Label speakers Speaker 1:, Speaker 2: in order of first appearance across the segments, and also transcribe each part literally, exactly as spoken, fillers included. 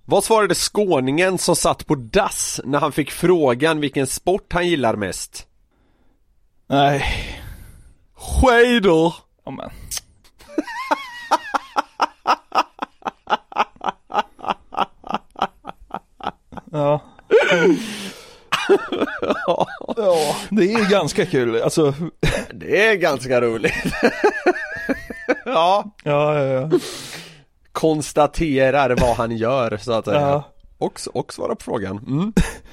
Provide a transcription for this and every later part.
Speaker 1: Vad svarade skåningen som satt på dass när han fick frågan vilken sport han gillar mest?
Speaker 2: Nej.
Speaker 1: Skidor.
Speaker 2: Ja, men. Ja. Ja, det är ganska kul. Alltså,
Speaker 1: det är ganska roligt. Ja.
Speaker 2: Ja, ja, ja.
Speaker 1: Konstaterar vad han gör så att säga.
Speaker 2: Ja.
Speaker 1: Och, och svara på frågan. Mm.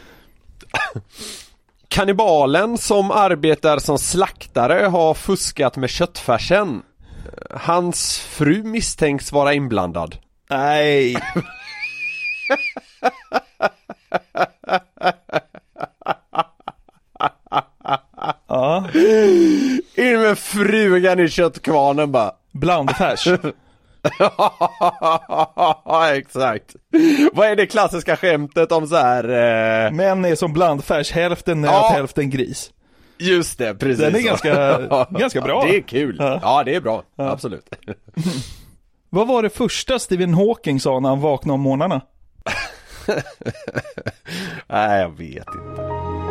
Speaker 1: Kannibalen som arbetar som slaktare har fuskat med köttfärsen. Hans fru misstänks vara inblandad.
Speaker 2: Nej. Ja.
Speaker 1: In med frugan i köttkvarnen bara.
Speaker 2: Blandfärs.
Speaker 1: Ja, exakt. Vad är det klassiska skämtet om så här eh...
Speaker 2: Män är som blandfärs, hälften nöt,
Speaker 1: ja.
Speaker 2: hälften gris.
Speaker 1: Just det, precis.
Speaker 2: Den är ganska, ganska bra.
Speaker 1: Det är kul. Ja, ja det är bra. Ja. Absolut.
Speaker 2: Vad var det första Stephen Hawking sa när han vaknade om morgnarna?
Speaker 1: Nej, jag vet inte.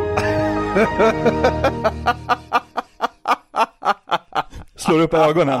Speaker 2: Slår upp ögonen.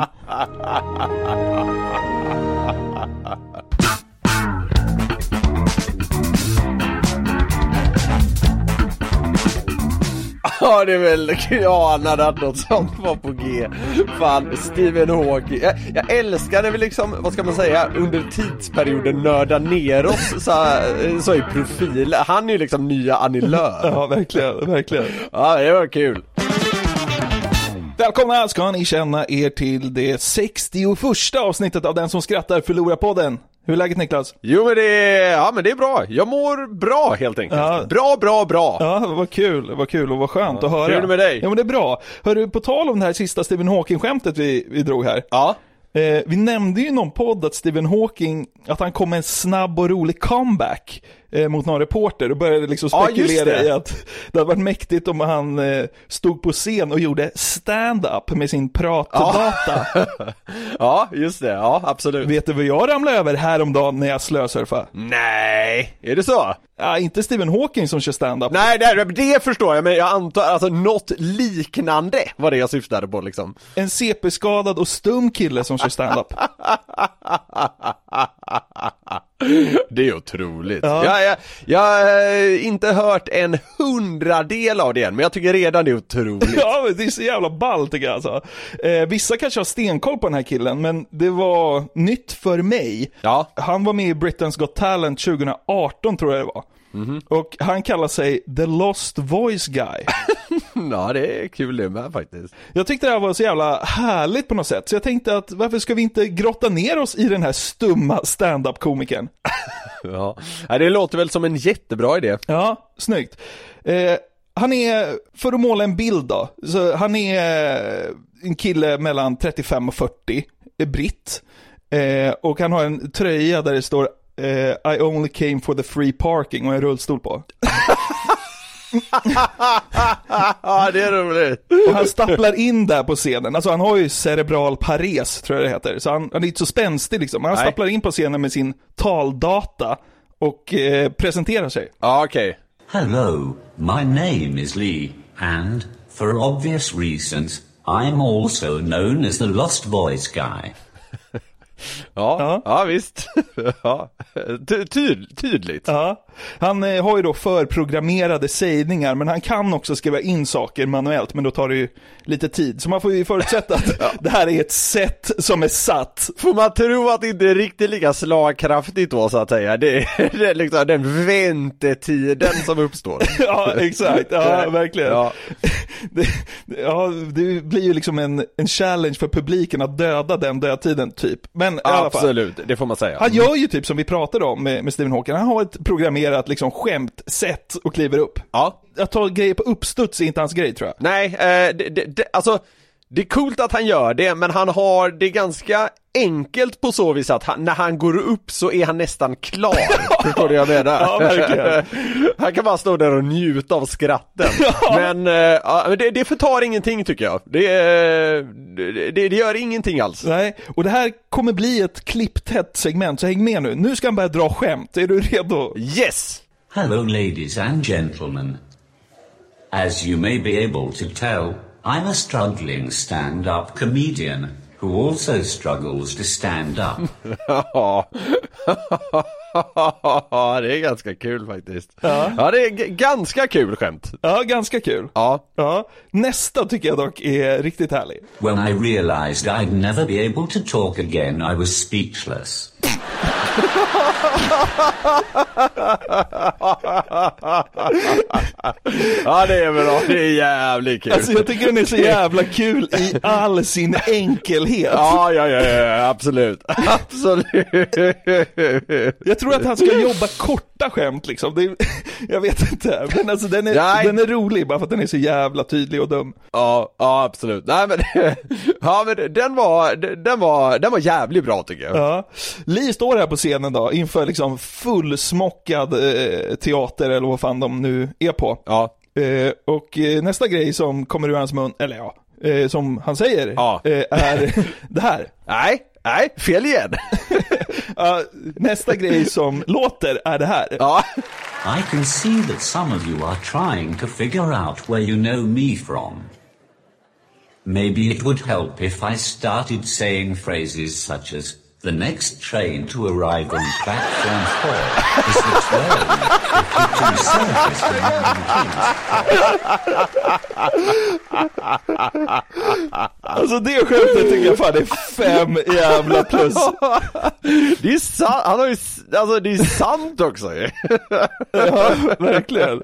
Speaker 1: Ja, det är väl, jag anade att något sånt var på G. Fan, Stephen Hawking. Jag, jag älskar när vi liksom, vad ska man säga, under tidsperioden nördar ner oss så, så i profil. Han är ju liksom nya Annie Lööf.
Speaker 2: Ja, verkligen, verkligen.
Speaker 1: Ja, det var kul.
Speaker 2: Välkomna ska ni känna er till det sextioförsta avsnittet av Den som skrattar förlorar podden. Hur är läget, Niklas?
Speaker 1: Jo, men det är, ja, men det är bra. Jag mår bra helt enkelt. Ja. Bra, bra, bra.
Speaker 2: Ja, vad kul, vad kul och vad skönt ja. Att höra.
Speaker 1: Hur är det med dig?
Speaker 2: Ja, men det är bra. Hörru, på tal om det här sista Stephen Hawking-skämtet vi, vi drog här.
Speaker 1: Ja.
Speaker 2: Eh, vi nämnde ju någon podd att Stephen Hawking, att han kom med en snabb och rolig comeback eh, mot någon reporter och började liksom spekulera ja, i att det hade varit mäktigt om han eh, stod på scen och gjorde stand-up med sin pratdata.
Speaker 1: Ja. Ja, just det. Ja, absolut.
Speaker 2: Vet du vad jag ramlade över häromdagen när jag slösurfade?
Speaker 1: Nej, är det så?
Speaker 2: Ja, inte Stephen Hawking som kör stand-up.
Speaker 1: Nej, det, det förstår jag, men jag antar alltså något liknande var det jag syftade på liksom.
Speaker 2: En C P-skadad och stum kille som kör stand-up.
Speaker 1: Det är otroligt. Ja. Jag, jag, jag har inte hört en hundradel av det än, men jag tycker redan det är otroligt.
Speaker 2: Ja, det är så jävla ball tycker jag alltså. Eh, vissa kanske har stenkoll på den här killen, men det var nytt för mig.
Speaker 1: Ja.
Speaker 2: Han var med i Britain's Got Talent tjugo arton tror jag det var. Mm-hmm. Och han kallar sig The Lost Voice Guy.
Speaker 1: Ja, det är kul det med faktiskt.
Speaker 2: Jag tyckte det här var så jävla härligt på något sätt. Så jag tänkte att varför ska vi inte grotta ner oss i den här stumma stand-up-komikern?
Speaker 1: Ja, det låter väl som en jättebra idé.
Speaker 2: Ja, snyggt. Eh, han är, för att måla en bild då, så han är en kille mellan trettiofem och fyrtio, är britt. Eh, och han har en tröja där det står Uh, I only came for the free parking och en rullstol på.
Speaker 1: Ja, det är roligt.
Speaker 2: Och han stapplar in där på scenen. Alltså han har ju cerebral pares, tror jag det heter. Så han, han är inte så spänstig liksom. Han Nej. stapplar in på scenen med sin taldata och eh, presenterar sig.
Speaker 1: Ja, okej. Okay.
Speaker 3: Hello, my name is Lee and for obvious reasons I'm also known as the Lost Voice Guy.
Speaker 1: Ja, ja, ja, visst. Ja. Ty- tydligt.
Speaker 2: Ja. Han eh, har ju då förprogrammerade sägningar, men han kan också skriva in saker manuellt, men då tar det ju lite tid. Så man får ju förutsätta att ja. det här är ett sätt som är satt.
Speaker 1: Får man tro att det inte är riktigt lika slagkraftigt då, så att säga. Det är, det är liksom den väntetiden som uppstår.
Speaker 2: Ja, exakt. Ja, verkligen. Ja. Det, ja, det blir ju liksom en, en challenge för publiken att döda den dödtiden typ. Men i alla fall,
Speaker 1: absolut, det får man säga.
Speaker 2: Han gör ju typ som vi pratade om med, med Stephen Hawking. Han har ett programmerat liksom skämtsätt och kliver upp.
Speaker 1: Ja.
Speaker 2: Att ta grejer på uppstuds är inte hans grej, tror jag.
Speaker 1: Nej, eh, det, det, alltså Det är coolt att han gör det, men han har det ganska enkelt på så vis att han, när han går upp så är han nästan klar. Förstår du vad jag menar?
Speaker 2: Ja, verkligen.
Speaker 1: Han kan bara stå där och njuta av skratten. Ja. Men äh, det, det förtar ingenting tycker jag. Det, det, det, det gör ingenting alls.
Speaker 2: Nej, och det här kommer bli ett klipptätt segment, så häng med nu. Nu ska han börja dra skämt. Är du redo?
Speaker 1: Yes!
Speaker 3: Hello, ladies and gentlemen. As you may be able to tell, I'm a struggling stand-up comedian who also struggles to stand up.
Speaker 1: Ja, det är ganska kul faktiskt. Ja, ja det är g- ganska kul skämt.
Speaker 2: Ja, ganska kul.
Speaker 1: Ja.
Speaker 2: Ja. Nästa tycker jag dock är riktigt härlig.
Speaker 3: When I realized I'd never be able to talk again, I was speechless.
Speaker 1: Ja, det är bra, det är jävligt kul.
Speaker 2: Alltså jag tycker den är så jävla kul i all sin enkelhet.
Speaker 1: Ja, ja, ja, ja, absolut. Absolut.
Speaker 2: Jag tror att han ska jobba korta skämt liksom. Det är, jag vet inte, men alltså den är, den är rolig bara för att den är så jävla tydlig och dum.
Speaker 1: Ja, ja, absolut. Nej men, ja, men den var den var den var jävligt bra tycker jag.
Speaker 2: Ja. Li står här på scenen då inför liksom fullsmockad eh, teater eller vad fan de nu är på.
Speaker 1: Ja.
Speaker 2: Eh, och eh, nästa grej som kommer ur hans mun, eller ja, eh, som han säger,
Speaker 1: ja.
Speaker 2: eh, är det här.
Speaker 1: Nej, nej, fel igen.
Speaker 2: uh, nästa grej som låter är det här.
Speaker 1: Ja.
Speaker 3: I can see that some of you are trying to figure out where you know me from. Maybe it would help if I started saying phrases such as the next train to arrive on platform four is the train for kitchen service for London
Speaker 2: Alltså det skämtet tycker jag fan är fem jävla plus.
Speaker 1: Det är sant, han har ju, alltså det är sant också.
Speaker 2: Ja, verkligen.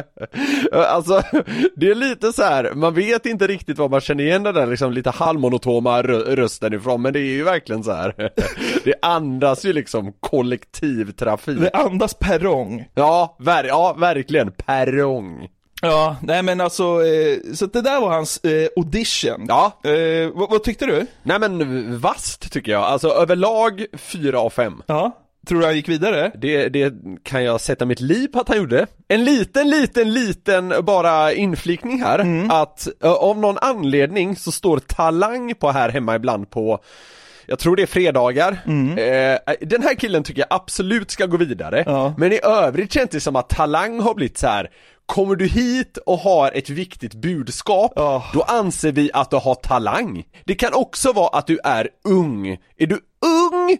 Speaker 1: Alltså det är lite så här, man vet inte riktigt vad man känner igen den där liksom lite halvmonotoma rö- rösten ifrån, men det är ju verkligen så här. Det andas ju liksom kollektivtrafik.
Speaker 2: Det andas perrong.
Speaker 1: Ja, ver- ja verkligen perrong.
Speaker 2: Ja, nej men alltså, eh, så det där var hans eh, audition.
Speaker 1: Ja.
Speaker 2: Eh, vad, vad tyckte du?
Speaker 1: Nej men vast tycker jag, alltså överlag fyra av fem.
Speaker 2: Ja, tror du han gick vidare?
Speaker 1: Det, det kan jag sätta mitt liv på att han gjorde. En liten, liten, liten bara inflikning här. Mm. Att uh, av någon anledning så står Talang på här hemma ibland på, jag tror det är fredagar. Mm. Eh, den här killen tycker jag absolut ska gå vidare. Ja. Men i övrigt känns det som att Talang har blivit så här. Kommer du hit och har ett viktigt budskap, oh. då anser vi att du har talang. Det kan också vara att du är ung. Är du ung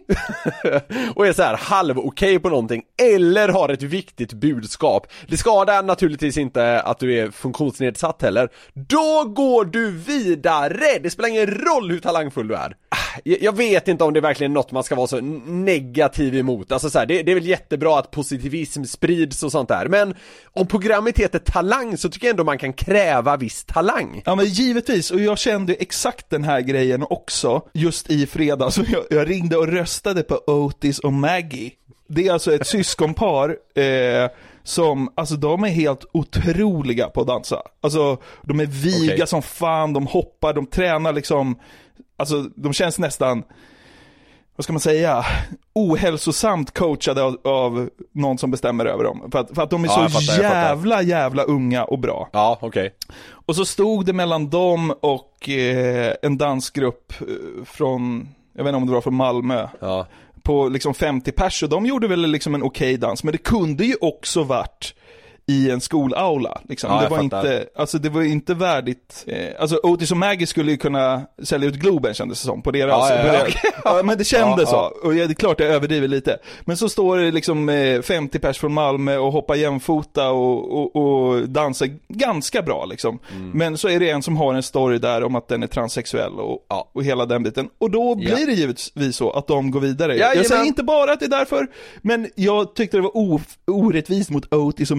Speaker 1: och är så här halv okej på någonting eller har ett viktigt budskap. Det skadar naturligtvis inte att du är funktionsnedsatt heller. Då går du vidare. Det spelar ingen roll hur talangfull du är. Jag vet inte om det är verkligen något man ska vara så negativ emot. Alltså så här, det, det är väl jättebra att positivism sprids och sånt där. Men om programmet heter talang så tycker jag ändå man kan kräva viss talang.
Speaker 2: Ja men givetvis, och jag kände exakt den här grejen också just i fredags. Jag, jag ringde och röstade på Otis och Maggie. Det är alltså ett syskonpar eh, som, alltså de är helt otroliga på att dansa. Alltså de är viga okay. som fan, de hoppar, de tränar liksom. Alltså de känns nästan, vad ska man säga, ohälsosamt coachade av, av någon som bestämmer över dem. För att, för att de är ja, så fattar, jävla, jävla unga och bra.
Speaker 1: Ja, okej. Okay.
Speaker 2: Och så stod det mellan dem och eh, en dansgrupp från, jag vet inte om det var från Malmö.
Speaker 1: Ja.
Speaker 2: På liksom femtio pers, och de gjorde väl liksom en okej dans. Men det kunde ju också varit i en skolaula liksom. Ja, det var inte, alltså det var inte värdigt. Eh, alltså Otis och Maggie skulle ju kunna sälja ut Globen, kändes det som på deras.
Speaker 1: Ja, ja, ja.
Speaker 2: Okay. Ja, men det kändes
Speaker 1: ja,
Speaker 2: så. Och det är klart jag överdriver lite. Men så står det liksom eh, femtio pers från Malmö och hoppar jämfota och, och, och dansar ganska bra liksom. Mm. Men så är det en som har en story där om att den är transsexuell och, ja, och hela den biten. Och då blir ja. det givetvis så att de går vidare.
Speaker 1: Ja,
Speaker 2: jag
Speaker 1: jag
Speaker 2: säger inte bara att det är därför, men jag tyckte det var o- orättvist mot Otis och Maggie.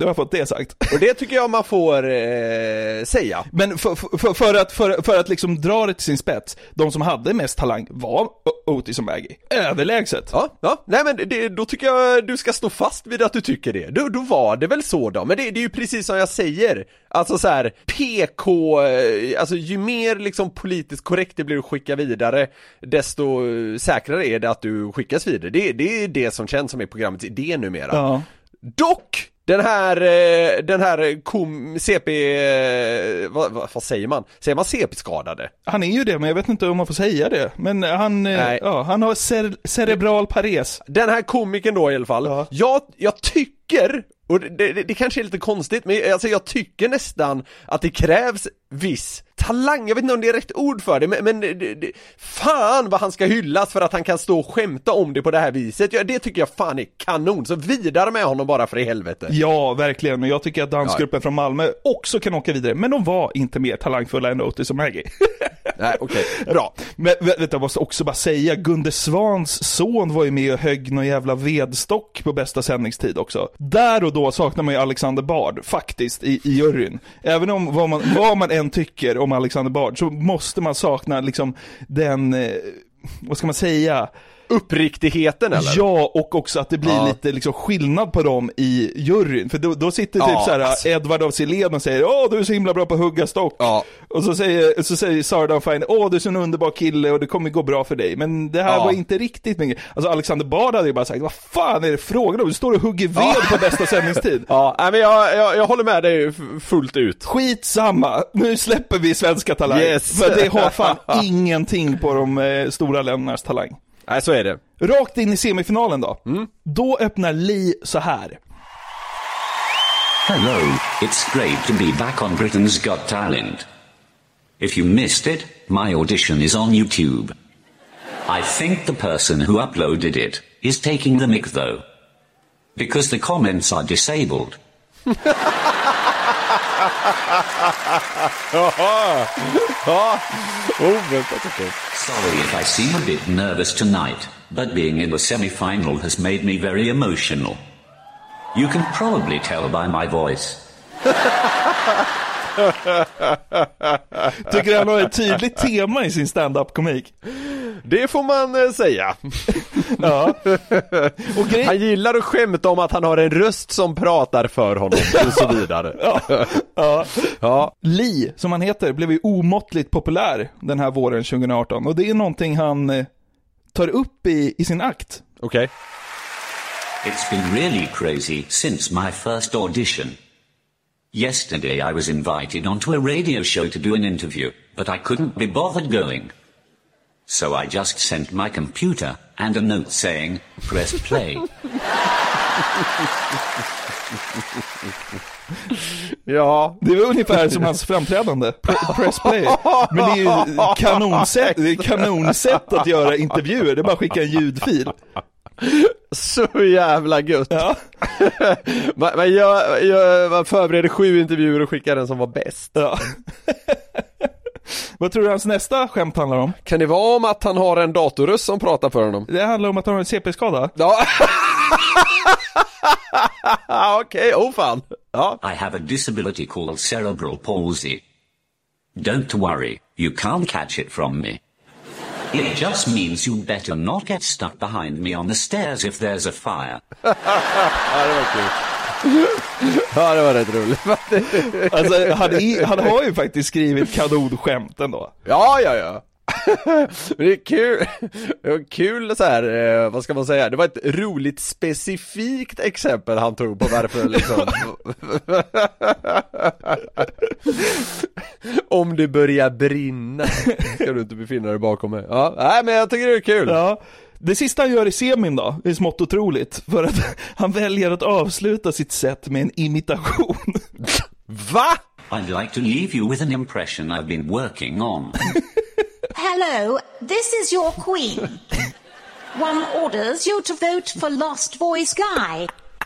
Speaker 2: jag fått det sagt.
Speaker 1: Och det tycker jag man får eh, säga.
Speaker 2: Men för, för, för, att, för, för att liksom dra det till sin spets, de som hade mest talang var Otis och Maggie. Överlägset.
Speaker 1: Ja, ja. Nej men det, då tycker jag du ska stå fast vid att du tycker det. Då, då var det väl så då. Men det, det är ju precis som jag säger. Alltså så här, P K, alltså ju mer liksom politiskt korrekt det blir att skicka vidare, desto säkrare är det att du skickas vidare. Det, det är det som känns som är programmets idé numera.
Speaker 2: Ja.
Speaker 1: Dock, den här, den här kom, C P, vad, vad, vad säger man? Säger man C P-skadade?
Speaker 2: Han är ju det, men jag vet inte om man får säga det. Men han, ja, han har cer- cerebral pares.
Speaker 1: Den här komiken då i alla fall. Ja. Jag, jag tycker, och det, det, det kanske är lite konstigt, men alltså jag tycker nästan att det krävs viss talang. Jag vet inte om det är rätt ord för det, men, men det, det, fan vad han ska hyllas för att han kan stå och skämta om det på det här viset. Ja, det tycker jag fan är kanon. Så vidare med honom bara för i helvete.
Speaker 2: Ja, verkligen. Men jag tycker att dansgruppen ja. från Malmö också kan åka vidare. Men de var inte mer talangfulla än Otis och Maggie.
Speaker 1: Nej, okej. Okay. Bra.
Speaker 2: Men vet, jag måste också bara säga, Gunde Svans son var ju med och högg någon jävla vedstock på bästa sändningstid också. Där och då saknar man ju Alexander Bard faktiskt i, i juryn. Även om vad man, vad man än tycker om Alexander Bard, så måste man sakna liksom den, eh, vad ska man säga,
Speaker 1: uppriktigheten eller?
Speaker 2: Ja, och också att det blir
Speaker 1: ja.
Speaker 2: lite liksom skillnad på dem i juryn. För då, då sitter typ
Speaker 1: ja,
Speaker 2: så här
Speaker 1: alltså.
Speaker 2: Edvard av Silén och säger åh, du är så himla bra på att hugga stock.
Speaker 1: Ja.
Speaker 2: Och så säger, så säger Sardan Fine, åh, du är så en underbar kille och det kommer gå bra för dig. Men det här ja. var inte riktigt mycket. Alltså Alexander Bard hade ju bara sagt, vad fan är det frågan om? Du står och hugger ved ja. på bästa sändningstid.
Speaker 1: Ja, men jag, jag, jag håller med dig fullt ut.
Speaker 2: Skitsamma, nu släpper vi svenska talang.
Speaker 1: Yes.
Speaker 2: För det har fan ingenting på de eh, stora ländernas talang.
Speaker 1: Nej, så är det.
Speaker 2: Rakt in i semifinalen då. Mm. Då öppnar Lee så här.
Speaker 3: Hello, it's great to be back on Britain's Got Talent. If you missed it, my audition is on YouTube. I think the person who uploaded it is taking the mick though. Because the comments are disabled. Sorry if I seem a bit nervous tonight, but being in the semi-final has made me very emotional. You can probably tell by my voice.
Speaker 2: Tycker han har ett tydligt tema i sin stand-up-komik.
Speaker 1: Det får man eh, säga.
Speaker 2: Ja. Och grej...
Speaker 1: Han gillar att skämta om att han har en röst som pratar för honom och så vidare.
Speaker 2: Ja. Ja.
Speaker 1: Ja.
Speaker 2: Lee, som han heter, blev ju omåttligt populär den här våren tjugo arton. Och det är någonting han eh, tar upp i, i sin akt.
Speaker 1: Okej. Okay.
Speaker 3: It's been really crazy since my first audition. Yesterday I was invited onto a radio show to do an interview, but I couldn't be bothered going. So I just sent my computer and a note saying, press play.
Speaker 1: Ja,
Speaker 2: det var ungefär som hans framträdande. Press play. Men det är ju kanonsätt, det är kanonsätt att göra intervjuer. Det är bara att skicka en ljudfil.
Speaker 1: Så jävla gött.
Speaker 2: Ja.
Speaker 1: man, man, gör, gör, man förbereder sju intervjuer och skickar den som var bäst.
Speaker 2: Ja. Vad tror du hans nästa skämt handlar om?
Speaker 1: Kan det vara om att han har en datorröst som pratar för honom?
Speaker 2: Det handlar om att han har en C P-skada.
Speaker 1: Ja. Okej, okay, oh fan. Ja.
Speaker 3: I have a disability called cerebral palsy. Don't worry, you can't catch it from me. It just means you better not get stuck behind me on the stairs if there's a fire.
Speaker 1: Ja, det var kul. Ja, det var rätt roligt.
Speaker 2: Alltså, han, är, han har ju faktiskt skrivit kanonskämt ändå.
Speaker 1: Ja, ja, ja. Det är kul. Det var kul så här, eh, vad ska man säga? Det var ett roligt specifikt exempel han tog på varför liksom. Om det börjar brinna ska du inte befinna dig bakom mig. Ja, nej, men jag tycker det är kul.
Speaker 2: Ja. Det sista han gör i semin då är smått otroligt, för att han väljer att avsluta sitt set med en imitation.
Speaker 1: Va?
Speaker 3: I'd like to leave you with an impression I've been working on.
Speaker 4: Hello, this is your queen. One orders you to vote for Lost Boys Guy.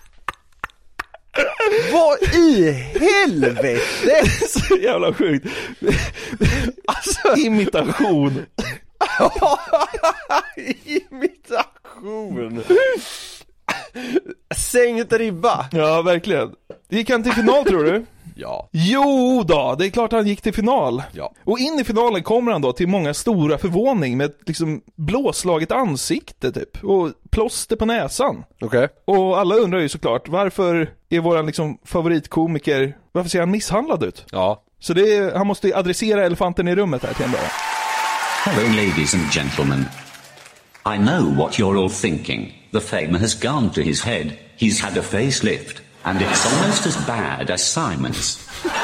Speaker 1: Vad i helvete?
Speaker 2: Det är så jävla sjukt. Alltså, imitation.
Speaker 1: Imitation. Sänkt ribba.
Speaker 2: Ja, verkligen. Gick han till final, tror du?
Speaker 1: Ja.
Speaker 2: Jo då, det är klart han gick till final.
Speaker 1: Ja.
Speaker 2: Och in i finalen kommer han då till många stora förvåning med ett liksom blåslaget ansikte typ och plåster på näsan.
Speaker 1: Okej.
Speaker 2: Och alla undrar ju såklart, varför är våran liksom favoritkomiker, varför ser han misshandlad ut?
Speaker 1: Ja.
Speaker 2: Så det är, han måste ju adressera elefanten i rummet här till en början.
Speaker 3: Hello, ladies and gentlemen. I know what you're all thinking. The fame has gone to his head. He's had a facelift. And it's almost as bad as Simon's.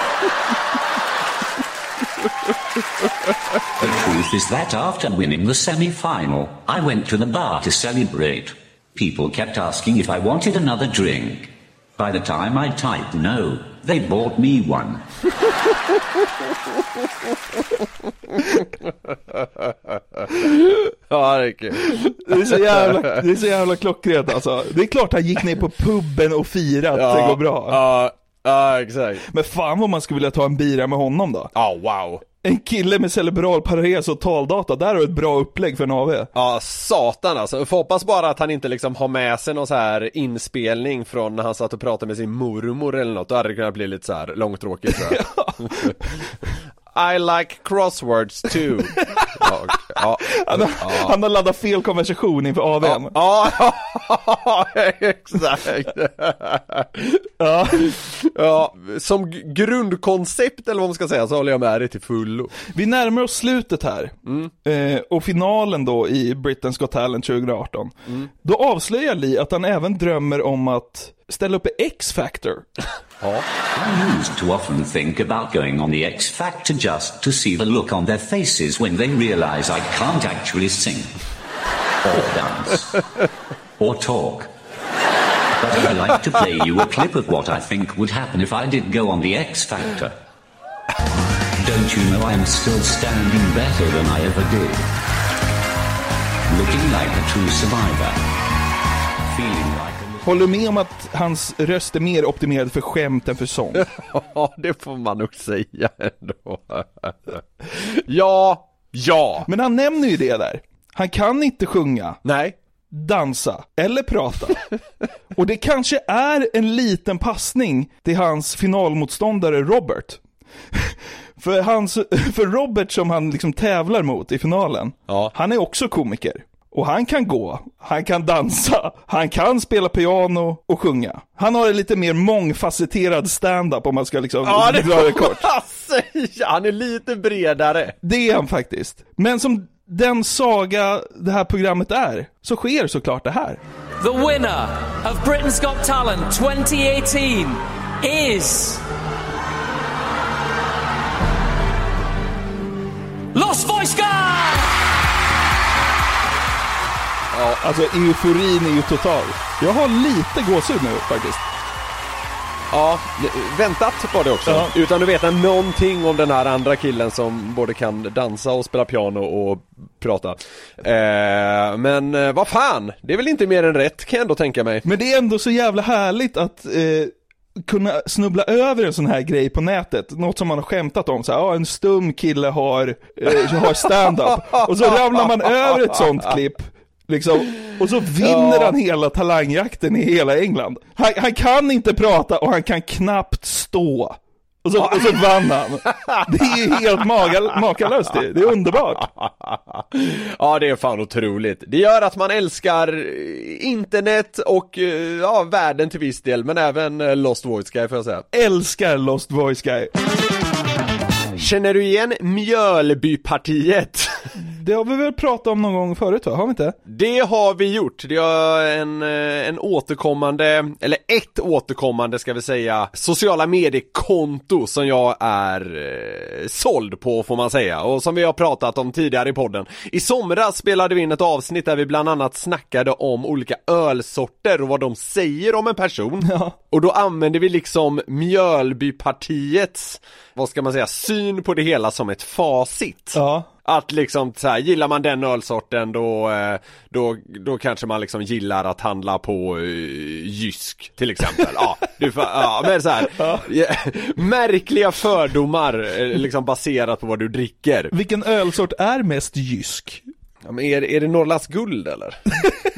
Speaker 3: The truth is that after winning the semi-final, I went to the bar to celebrate. People kept asking if I wanted another drink. By the time I typed no, they bought me one.
Speaker 1: Ja, det är kul.
Speaker 2: Det är så jävla, det är så jävla klockrent alltså. Det är klart han gick ner på pubben och firade att
Speaker 1: Ja,
Speaker 2: det går bra.
Speaker 1: Ja, ja, exakt.
Speaker 2: Men fan vad man skulle vilja ta en bira med honom då.
Speaker 1: Ja, wow.
Speaker 2: En kille med cerebral pares och taldata, där är ett bra upplägg för en A V.
Speaker 1: Ja, satan alltså. Får hoppas bara att han inte liksom har med sig någon så här inspelning från när han satt och pratade med sin mormor eller något. Då hade det kunnat bli lite så här långtråkigt, tror jag. I like crosswords too. Ja, ja,
Speaker 2: han, har,
Speaker 1: ja.
Speaker 2: han har laddat fel konversation inför A V:n.
Speaker 1: Ja, ja, exakt.
Speaker 2: Ja.
Speaker 1: Ja, som g- grundkoncept eller vad man ska säga så håller jag med dig till fullo.
Speaker 2: Vi närmar oss slutet här.
Speaker 1: Mm.
Speaker 2: Eh, och finalen då i Britain's Got Talent tjugo arton. Mm. Då avslöjar Lee att han även drömmer om att ställa upp i X-Factor.
Speaker 1: Ja.
Speaker 3: I used to often think about going on the X Factor just to see the look on their faces when they realize I can't actually sing, or dance, or talk. But I'd like to play you a clip of what I think would happen if I did go on the X Factor. Don't you know I'm still standing better than I ever did? Looking like a true survivor. Feeling like a...
Speaker 2: Håller du med om att hans röst är mer optimerad för skämt än för sång?
Speaker 1: Ja, det får man nog säga ändå. Ja, ja.
Speaker 2: Men han nämner ju det där. Han kan inte sjunga,
Speaker 1: Nej.
Speaker 2: dansa eller prata. Och det kanske är en liten passning till hans finalmotståndare Robert. För, hans, för Robert som han liksom tävlar mot i finalen,
Speaker 1: Ja.
Speaker 2: han är också komiker. Och han kan gå, han kan dansa, han kan spela piano och sjunga. Han har en lite mer mångfacetterad stand-up om man ska liksom
Speaker 1: Ja, det
Speaker 2: dra det kort.
Speaker 1: säga. Han är lite bredare.
Speaker 2: Det är han faktiskt. Men som den saga det här programmet är, så sker såklart det här.
Speaker 5: The winner of Britain's Got Talent twenty eighteen is Lost Voice Guy!
Speaker 2: Ja, alltså euforin är ju total. Jag har lite gåshud nu faktiskt.
Speaker 1: Ja, väntat på det också.
Speaker 2: Ja.
Speaker 1: Utan att veta någonting om den här andra killen som både kan dansa och spela piano och prata. Eh, men eh, vad fan, det är väl inte mer än rätt, kan jag ändå tänka mig.
Speaker 2: Men det är ändå så jävla härligt att eh, kunna snubbla över en sån här grej på nätet. Något som man har skämtat om. Så här, ja, en stum kille har, eh, har stand-up. Och så ramlar man över ett sånt klipp. Liksom, och så vinner
Speaker 1: Ja.
Speaker 2: han hela talangjakten i hela England. Han, han kan inte prata och han kan knappt stå. Och så, och så vann han. Det är helt magal, makalöst. Det, det är underbart.
Speaker 1: Ja, det är fan otroligt. Det gör att man älskar internet och ja, världen till viss del. Men även Lost Voice Guy, får jag säga.
Speaker 2: Älskar Lost Voice Guy.
Speaker 1: Känner du igen Mjölbypartiet?
Speaker 2: Det har vi väl pratat om någon gång förut, va? Har vi inte?
Speaker 1: Det har vi gjort. Det är en, en återkommande, eller ett återkommande ska vi säga, sociala mediekonto som jag är eh, såld på, får man säga. Och som vi har pratat om tidigare i podden. I somras spelade vi in ett avsnitt där vi bland annat snackade om olika ölsorter och vad de säger om en person.
Speaker 2: Ja.
Speaker 1: Och då använde vi liksom Mjölbypartiets, vad ska man säga, syn på det hela som ett facit.
Speaker 2: Ja.
Speaker 1: Att liksom så här, gillar man den ölsorten då, då, då kanske man liksom gillar att handla på uh, Jysk till exempel. Ja, du får, ja, men så här, ja. Märkliga fördomar liksom baserat på vad du dricker.
Speaker 2: Vilken ölsort är mest Jysk?
Speaker 1: Ja, men är, är det Norrlands guld eller?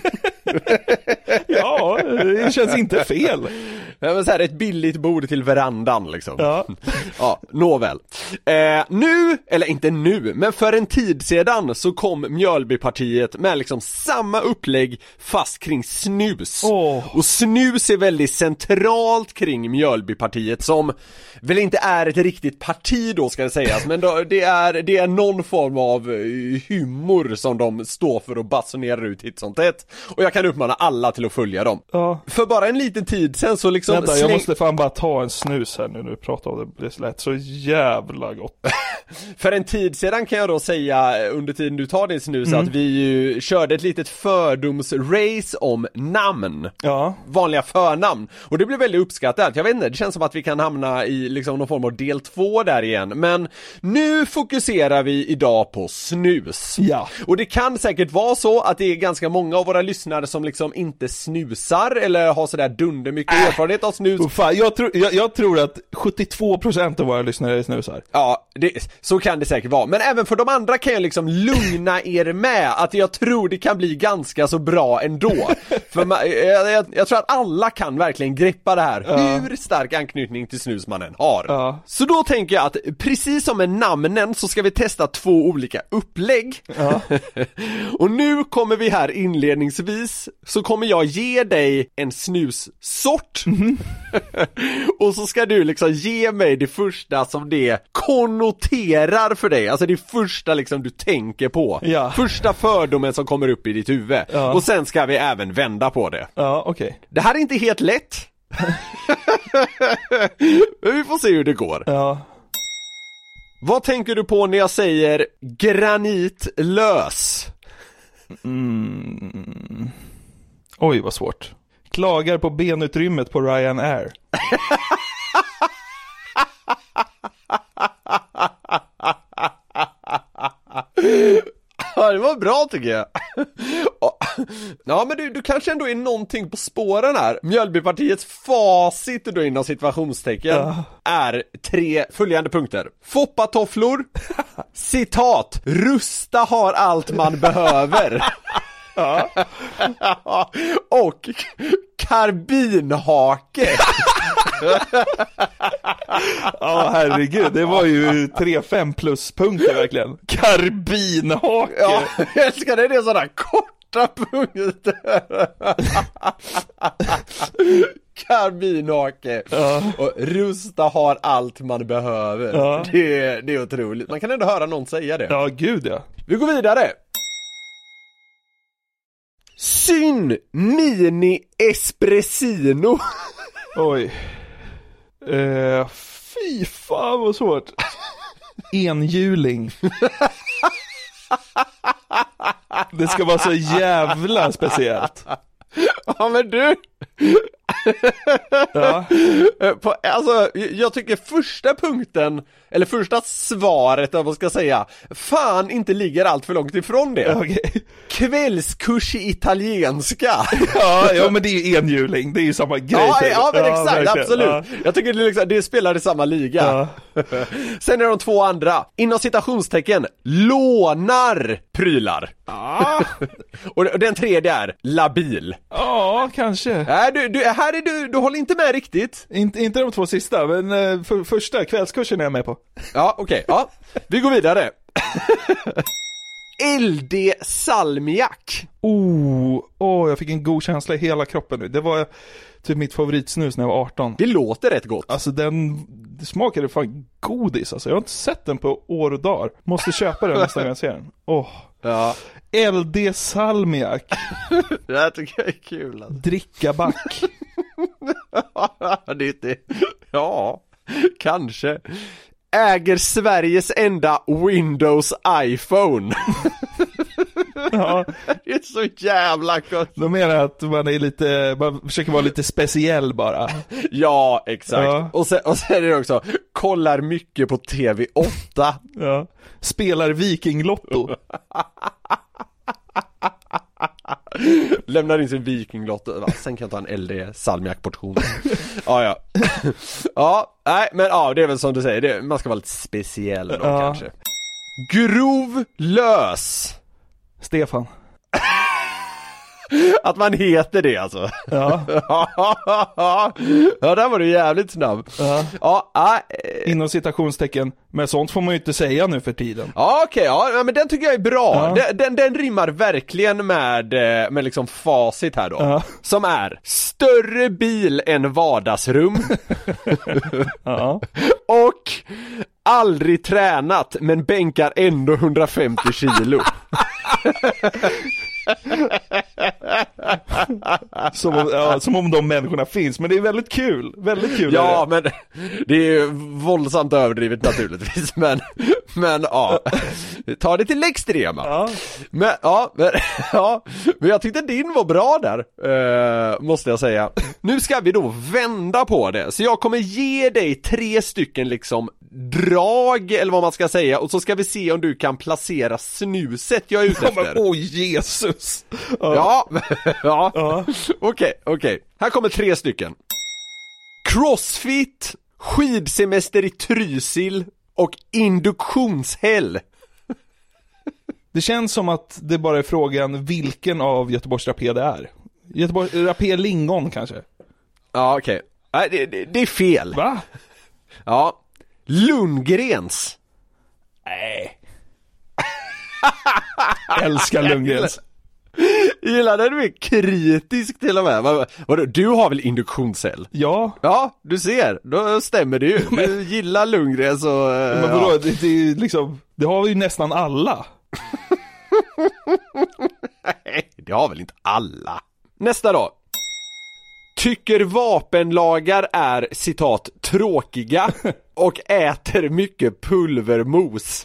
Speaker 2: Ja, det känns inte fel.
Speaker 1: Ja, men så här, ett billigt bord till verandan liksom.
Speaker 2: Ja.
Speaker 1: Ja, nåväl. Eh, nu, eller inte nu, men för en tid sedan så kom Mjölbypartiet med liksom samma upplägg fast kring snus.
Speaker 2: Oh.
Speaker 1: Och snus är väldigt centralt kring Mjölbypartiet, som väl inte är ett riktigt parti då, ska det sägas, men då, det, är, det är någon form av humor som de står för och basunerar ut hit sånt ett. Och jag kan uppmana alla till att följa dem.
Speaker 2: Ja.
Speaker 1: För bara en liten tid sen så liksom...
Speaker 2: Vänta,
Speaker 1: släng...
Speaker 2: jag måste fan bara ta en snus här nu när du pratar om det. Det lät så jävla gott.
Speaker 1: För en tid sedan kan jag då säga, under tiden du tar din snus, mm. att vi ju körde ett litet fördomsrace om namn.
Speaker 2: Ja.
Speaker 1: Vanliga förnamn. Och det blev väldigt uppskattat. Jag vet inte, det känns som att vi kan hamna i liksom någon form av del två där igen. Men nu fokuserar vi idag på snus.
Speaker 2: Ja.
Speaker 1: Och det kan säkert vara så att det är ganska många av våra lyssnare som liksom inte snusar eller har sådär dunder mycket äh. erfarenhet av snus.
Speaker 2: Oh, fan, jag, tror, jag, jag tror att sjuttiotvå procent av våra lyssnare snusar.
Speaker 1: Ja, det, så kan det säkert vara. Men även för de andra kan jag liksom lugna er med att jag tror det kan bli ganska så bra ändå. För man, jag, jag, jag tror att alla kan verkligen greppa det här. Ja. Hur stark anknytning till snus man än har. Ja. Så då tänker jag att precis som med namnen så ska vi testa två olika upplägg. Ja. Och nu kommer vi här inledningsvis, så kommer jag ge dig en snussort. Mm. Och så ska du liksom ge mig det första som det konnoterar för dig. Alltså det första liksom du tänker på. Ja. Första fördomen som kommer upp i ditt huvud. Ja. Och sen ska vi även vända på det.
Speaker 2: Ja, okej. Okay.
Speaker 1: Det här är inte helt lätt. Men vi får se hur det går.
Speaker 2: Ja.
Speaker 1: Vad tänker du på när jag säger granitlös?
Speaker 2: Mm. Oj, vad svårt. Klagar på benutrymmet på Ryanair.
Speaker 1: Ja, det var bra tycker jag. Ja, men du, du kanske ändå är någonting på spåren här. Mjölbypartiets facit då inom situationstecken ja. är tre följande punkter. Foppatofflor. Citat. Rusta har allt man behöver. Ja. Och karbinhake.
Speaker 2: Ja, herregud, det var ju tre fem pluspunkter verkligen. Karbinhake.
Speaker 1: Ja, jag älskar det, det är sådana korta punkter. Karbinhake. Ja. Och rusta har allt man behöver. Ja. Det, det är otroligt. Man kan ändå höra någon säga det.
Speaker 2: Ja, gud ja.
Speaker 1: Vi går vidare. Syn mini espressino.
Speaker 2: Oj. Uh, fy fan vad svårt. Enhjuling. Det ska vara så jävla speciellt.
Speaker 1: Ja, men du. Ja. På, alltså, jag tycker första punkten, eller första svaret, vad ska jag säga, fan inte ligger allt för långt ifrån det.
Speaker 2: Okay.
Speaker 1: Kvällskurs i italienska.
Speaker 2: Ja, ja, men det är ju enhjuling, det är ju samma grej.
Speaker 1: Ja, ja men
Speaker 2: ja,
Speaker 1: exakt,
Speaker 2: verkligen.
Speaker 1: absolut. Ja. Jag tycker det, liksom, det spelar i samma liga. Ja. Sen är de två andra, inom citationstecken, lånar prylar. Ja. Och den tredje är labil.
Speaker 2: Ja, kanske.
Speaker 1: Nej, du, du, här är du, du håller inte med riktigt.
Speaker 2: Inte, inte de två sista, men för, första kvällskursen är jag med på.
Speaker 1: Ja, okej. Okay, ja. Vi går vidare. L D salmiak.
Speaker 2: Oh, oh, jag fick en god känsla i hela kroppen nu. Det var typ mitt favoritsnus när jag var arton.
Speaker 1: Det låter rätt gott.
Speaker 2: Alltså den, det smakade fan godis. Alltså jag har inte sett den på år och dagar. Måste köpa den nästa gång jag ser den. Åh. Oh.
Speaker 1: Ja.
Speaker 2: L D salmiak.
Speaker 1: Det här tycker jag är kul. Alltså.
Speaker 2: Dricka back.
Speaker 1: Det är inte... Ja, kanske. Äger Sveriges enda Windows iPhone.
Speaker 2: Ja.
Speaker 1: Det är så jävla gott.
Speaker 2: De menar att man är lite, man försöker vara lite speciell bara.
Speaker 1: Ja, exakt. Ja. Och, sen, och sen är det också, kollar mycket på T V åtta.
Speaker 2: Ja. Spelar Vikinglotto.
Speaker 1: Lämnar in sin Vikinglotto. Sen kan jag ta en L D salmiakportion. Ja, ja. Ja, nej, men ja, det är väl som du säger, det, man ska vara lite speciell då ja. Kanske. Grov lös.
Speaker 2: Stefan.
Speaker 1: Att man heter det alltså.
Speaker 2: Ja.
Speaker 1: Ja, där var du jävligt snabb.
Speaker 2: Ja.
Speaker 1: Ja, äh,
Speaker 2: Inom citationstecken. Men sånt får man ju inte säga nu för tiden.
Speaker 1: Ja, okej, okay, ja, men den tycker jag är bra.
Speaker 2: Ja.
Speaker 1: Den, den, den rimmar verkligen med, med liksom facit här då.
Speaker 2: Ja.
Speaker 1: Som är större bil än vardagsrum.
Speaker 2: Ja.
Speaker 1: Och aldrig tränat men bänkar ändå hundrafemtio kilo.
Speaker 2: Som om, ja, som om de människorna finns. Men det är väldigt kul. Väldigt kul.
Speaker 1: Ja, men det är ju våldsamt överdrivet naturligtvis. Men, men ja, ta det till extrema.
Speaker 2: Ja.
Speaker 1: Men, ja, men, ja, men jag tyckte din var bra där, eh, måste jag säga. Nu ska vi då vända på det. Så jag kommer ge dig tre stycken liksom drag, eller vad man ska säga. Och så ska vi se om du kan placera snuset jag är ute efter.
Speaker 2: Åh, oh, Jesus.
Speaker 1: Ja, ja.
Speaker 2: Ja.
Speaker 1: Okej, okej. Här kommer tre stycken. Crossfit, skidsemester i Trysil och induktionshäll.
Speaker 2: Det känns som att det bara är frågan vilken av Göteborgs rapé det är. Göteborgs rapé Lingon kanske.
Speaker 1: Ja, okej. Nej, det, det, det är fel.
Speaker 2: Va?
Speaker 1: Ja. Lundgrens.
Speaker 2: Nej. Älskar Lundgrens.
Speaker 1: Gillar den, du är kritisk till och med. Vad, vadå, du har väl induktionscell?
Speaker 2: Ja.
Speaker 1: Ja, du ser. Då stämmer det ju. Du gillar Lundgrens och...
Speaker 2: Men vadå, ja. det, det är liksom, det har ju nästan alla.
Speaker 1: Nej, det har väl inte alla. Nästa då. Tycker vapenlagar är, citat, tråkiga och äter mycket pulvermos.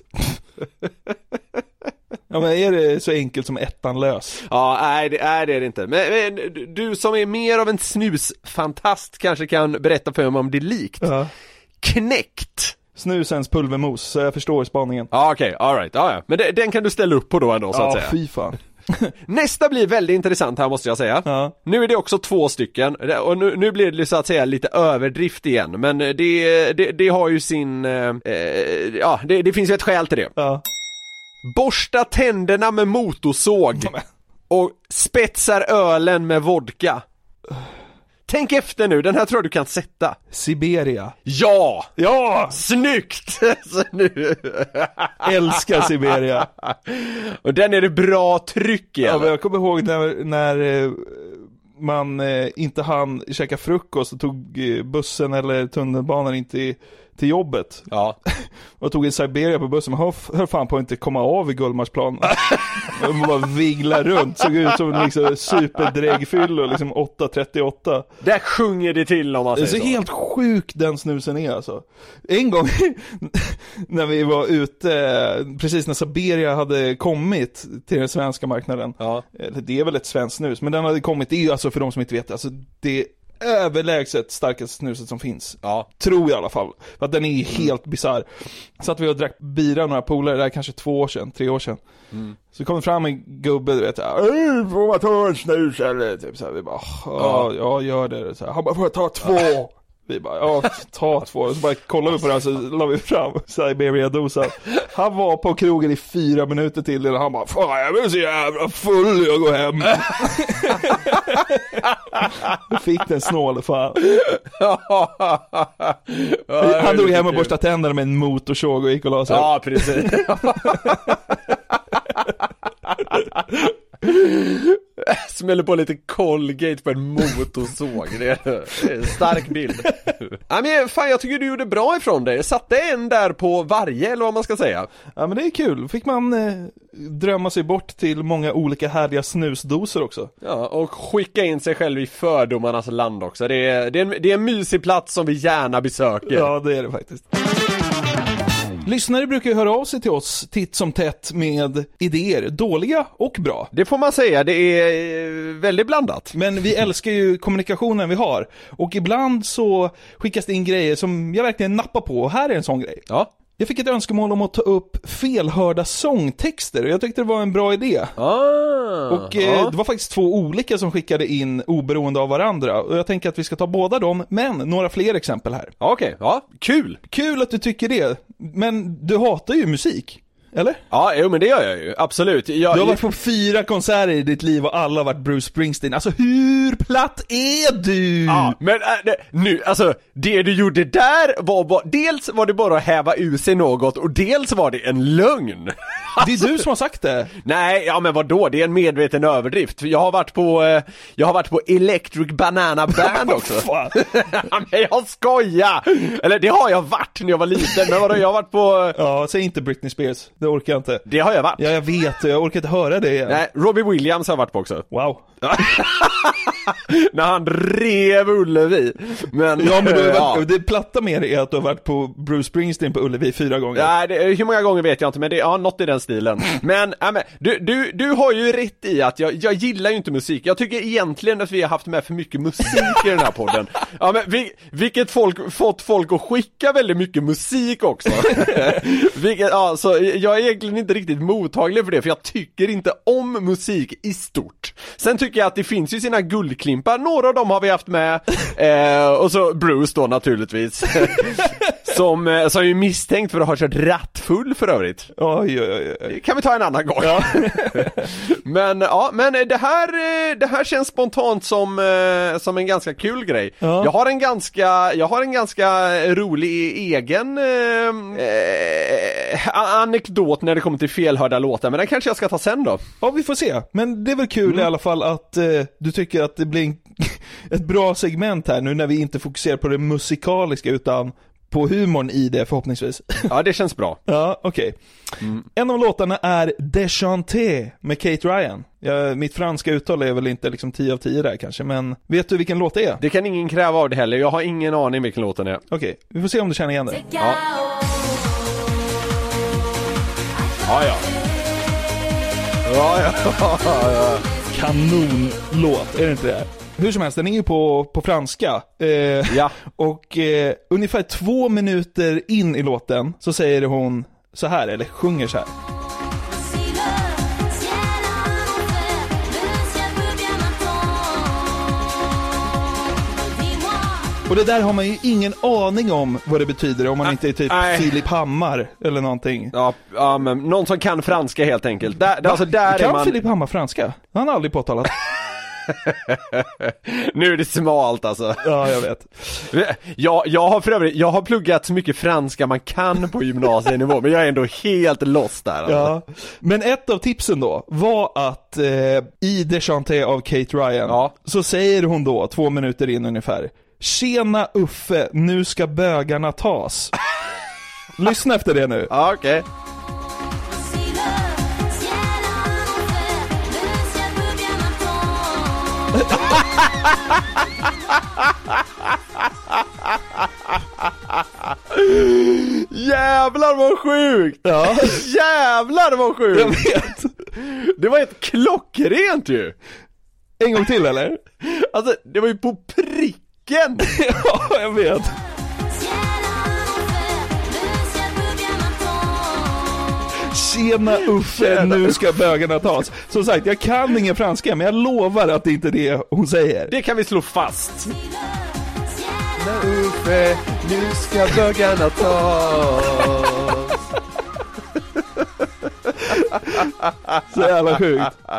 Speaker 2: Ja, men är det så enkelt som ettan lös?
Speaker 1: Ja, nej det är det inte. Men, men du som är mer av en snusfantast kanske kan berätta för mig om det är likt.
Speaker 2: Ja.
Speaker 1: Knäckt.
Speaker 2: Snusens pulvermos, så jag förstår spaningen.
Speaker 1: Ja, okej, okay, all right. Ja, ja. Men det, den kan du ställa upp på då ändå, så
Speaker 2: ja,
Speaker 1: att säga.
Speaker 2: Fy fan.
Speaker 1: Nästa blir väldigt intressant här, måste jag säga.
Speaker 2: Ja.
Speaker 1: Nu är det också två stycken. Och nu, nu blir det så att säga lite överdrift igen. Men det, det, det har ju sin... Eh, ja, det, det finns ju ett skäl till det.
Speaker 2: Ja.
Speaker 1: Borsta tänderna med motorsåg. Och spetsar ölen med vodka. Tänk efter nu, den här tror jag du kan sätta.
Speaker 2: Siberia.
Speaker 1: Ja!
Speaker 2: Ja!
Speaker 1: Snyggt! Så nu...
Speaker 2: Älskar Siberia.
Speaker 1: Och den är det bra tryck i.
Speaker 2: Ja, men jag kommer ihåg när, när man inte hann käka frukost och tog bussen eller tunnelbanan in till, till jobbet.
Speaker 1: Ja.
Speaker 2: Och tog en Siberia på bussen. Man hör, hör fan på att inte komma av i Gullmarsplan. Man bara viglar runt. Såg ut som liksom superdrägfyll och liksom åtta trettioåtta.
Speaker 1: Där sjunger det till, om man säger så.
Speaker 2: Det är så helt sjuk den snusen är alltså. En gång när vi var ute, precis när Siberia hade kommit till den svenska marknaden. Ja. Det är väl ett svenskt snus, men den hade kommit, det är ju alltså för de som inte vet, alltså det är överlägset starkaste snuset som finns. Ja. Tror jag i alla fall. För att den är helt bizarr. Så att vi och drack bira några polare där kanske två år sedan, tre år sedan. Mm. Så kom det fram en gubbe, du vet, får man ta en snus eller typ så här, vi bara, ja, ja gör det. Så här, han bara, får jag ta två? Vi bara, ja, ta två. Och så bara kollar vi på den, så la vi fram Siberia-dosan. Han var på krogen i fyra minuter till, och han bara, fan jag blir så jävla full, jag går hem. Du fick den snål, fan. Han drog hem och borstade tänderna med en motorsåg och gick och la sig.
Speaker 1: Ja, precis. Smäller på lite Colgate på en motorsåg. Det är, det är en stark bild. Ja, men fan, jag tycker du gjorde bra ifrån dig. Satte en där på varje, eller vad man ska säga.
Speaker 2: Ja, men det är kul. Fick man eh, drömma sig bort till många olika härliga snusdoser också.
Speaker 1: Ja, och skicka in sig själv i fördomarnas land också. Det är, det är, en, det är en mysig plats som vi gärna besöker.
Speaker 2: Ja, det är det faktiskt. Lyssnare brukar ju höra av sig till oss titt som tätt med idéer, dåliga och bra.
Speaker 1: Det får man säga, det är väldigt blandat.
Speaker 2: Men vi älskar ju kommunikationen vi har. Och ibland så skickas det in grejer som jag verkligen nappar på. Och här är en sån grej.
Speaker 1: Ja.
Speaker 2: Jag fick ett önskemål om att ta upp felhörda sångtexter, och jag tyckte det var en bra idé.
Speaker 1: Ah,
Speaker 2: och eh,
Speaker 1: ah.
Speaker 2: det var faktiskt två olika som skickade in oberoende av varandra. Och jag tänker att vi ska ta båda dem, men några fler exempel här.
Speaker 1: Okej, okay, ja, kul.
Speaker 2: Kul att du tycker det. Men du hatar ju musik. eller?
Speaker 1: Ja, jo, men det gör jag ju, absolut. Jag,
Speaker 2: Du har varit på fyra konserter i ditt liv och alla har varit Bruce Springsteen. Alltså hur platt är du?
Speaker 1: Ja, men äh, det, nu, alltså det du gjorde där var bara, dels var det bara att häva ur sig något och dels var det en lögn.
Speaker 2: Det är du som har sagt det.
Speaker 1: Nej, ja men vadå? Det är en medveten överdrift. Jag har varit på eh, jag har varit på Electric Banana Band också.
Speaker 2: Fan.
Speaker 1: Men jag skojar. Eller det har jag varit när jag var liten. Men vadå, jag har varit på
Speaker 2: Ja, säg inte Britney Spears. Det orkar jag inte.
Speaker 1: Det har jag varit.
Speaker 2: Ja, jag vet. Jag orkar inte höra det igen.
Speaker 1: Nej, Robbie Williams har jag varit på också.
Speaker 2: Wow.
Speaker 1: När han rev Ullevi. Men
Speaker 2: Ja, men du har
Speaker 1: ja.
Speaker 2: varit, det platta med det är att du har varit på Bruce Springsteen på Ullevi fyra gånger.
Speaker 1: Ja, det, hur många gånger vet jag inte, men det är ja, något i den stilen. Men, ja, men du, du, du har ju rätt i att jag, jag gillar ju inte musik. Jag tycker egentligen att vi har haft med för mycket musik i den här podden. Ja, men vi, vilket folk, fått folk att skicka väldigt mycket musik också. vilket, ja, så jag är egentligen inte riktigt mottaglig för det, för jag tycker inte om musik i stort. Sen tycker jag att det finns ju sina guldklimpar. Några av dem har vi haft med. Eh, och så Bruce då naturligtvis. som, eh, som är ju misstänkt för att ha kört rattfull för övrigt.
Speaker 2: Oj, oj, oj.
Speaker 1: Det kan vi ta en annan gång. Ja. men ja, men det här, det här känns spontant som, eh, som en ganska kul grej.
Speaker 2: Ja.
Speaker 1: Jag har en ganska, jag har en ganska rolig egen eh, eh, anekdot när det kommer till felhörda låtar. Men den kanske jag ska ta sen då.
Speaker 2: Ja, vi får se. Men det är väl kul mm. i alla fall att eh, du tycker att det blir en, ett bra segment här nu när vi inte fokuserar på det musikaliska utan på humorn i det förhoppningsvis.
Speaker 1: Ja, det känns bra.
Speaker 2: Ja, okej. Okay. Mm. En av låtarna är Déchanté med Kate Ryan. Ja, mitt franska uttal är väl inte liksom tio av tio där kanske, men vet du vilken låt det är?
Speaker 1: Det kan ingen kräva av det heller. Jag har ingen aning vilken låt den är.
Speaker 2: Okej, okay. Vi får se om du känner igen det.
Speaker 1: Ja. Ja, ja. Ja, ja. ja.
Speaker 2: Kanonlåt, är det inte det? Hur som helst, den är ju på, på franska. Eh,
Speaker 1: ja.
Speaker 2: Och eh, ungefär två minuter in i låten så säger hon så här, eller sjunger så här. Och det där har man ju ingen aning om vad det betyder om man inte är typ
Speaker 1: Nej.
Speaker 2: Filip Hammar eller någonting.
Speaker 1: Ja, ja, men någon som kan franska helt enkelt. Där, där, alltså där
Speaker 2: kan
Speaker 1: är man...
Speaker 2: Filip Hammar franska? Han har aldrig påtalat.
Speaker 1: Nu är det smalt alltså.
Speaker 2: Ja, jag vet.
Speaker 1: Jag, jag har för övrigt, jag har pluggat så mycket franska man kan på gymnasienivå, men jag är ändå helt lost där alltså.
Speaker 2: Ja. Men ett av tipsen då var att eh, i Déchanté av Kate Ryan
Speaker 1: ja. så
Speaker 2: säger hon då, två minuter in ungefär: Tjena Uffe, nu ska bögarna tas. Lyssna efter det nu.
Speaker 1: Ja, okej. Okay. Jävlar vad sjukt.
Speaker 2: Ja.
Speaker 1: Jävlar vad sjukt.
Speaker 2: Jag vet.
Speaker 1: Det var ett klockrent ju.
Speaker 2: En gång till eller?
Speaker 1: Alltså det var ju på pricken.
Speaker 2: Ja, jag vet. Tjena Uffe, Tjena. Nu ska bögarna tas. Som sagt, jag kan ingen franska, men jag lovar att det inte är det hon säger.
Speaker 1: Det kan vi slå fast. Tjena Uffe, nu ska bögarna tas.
Speaker 2: Så jävla sjukt.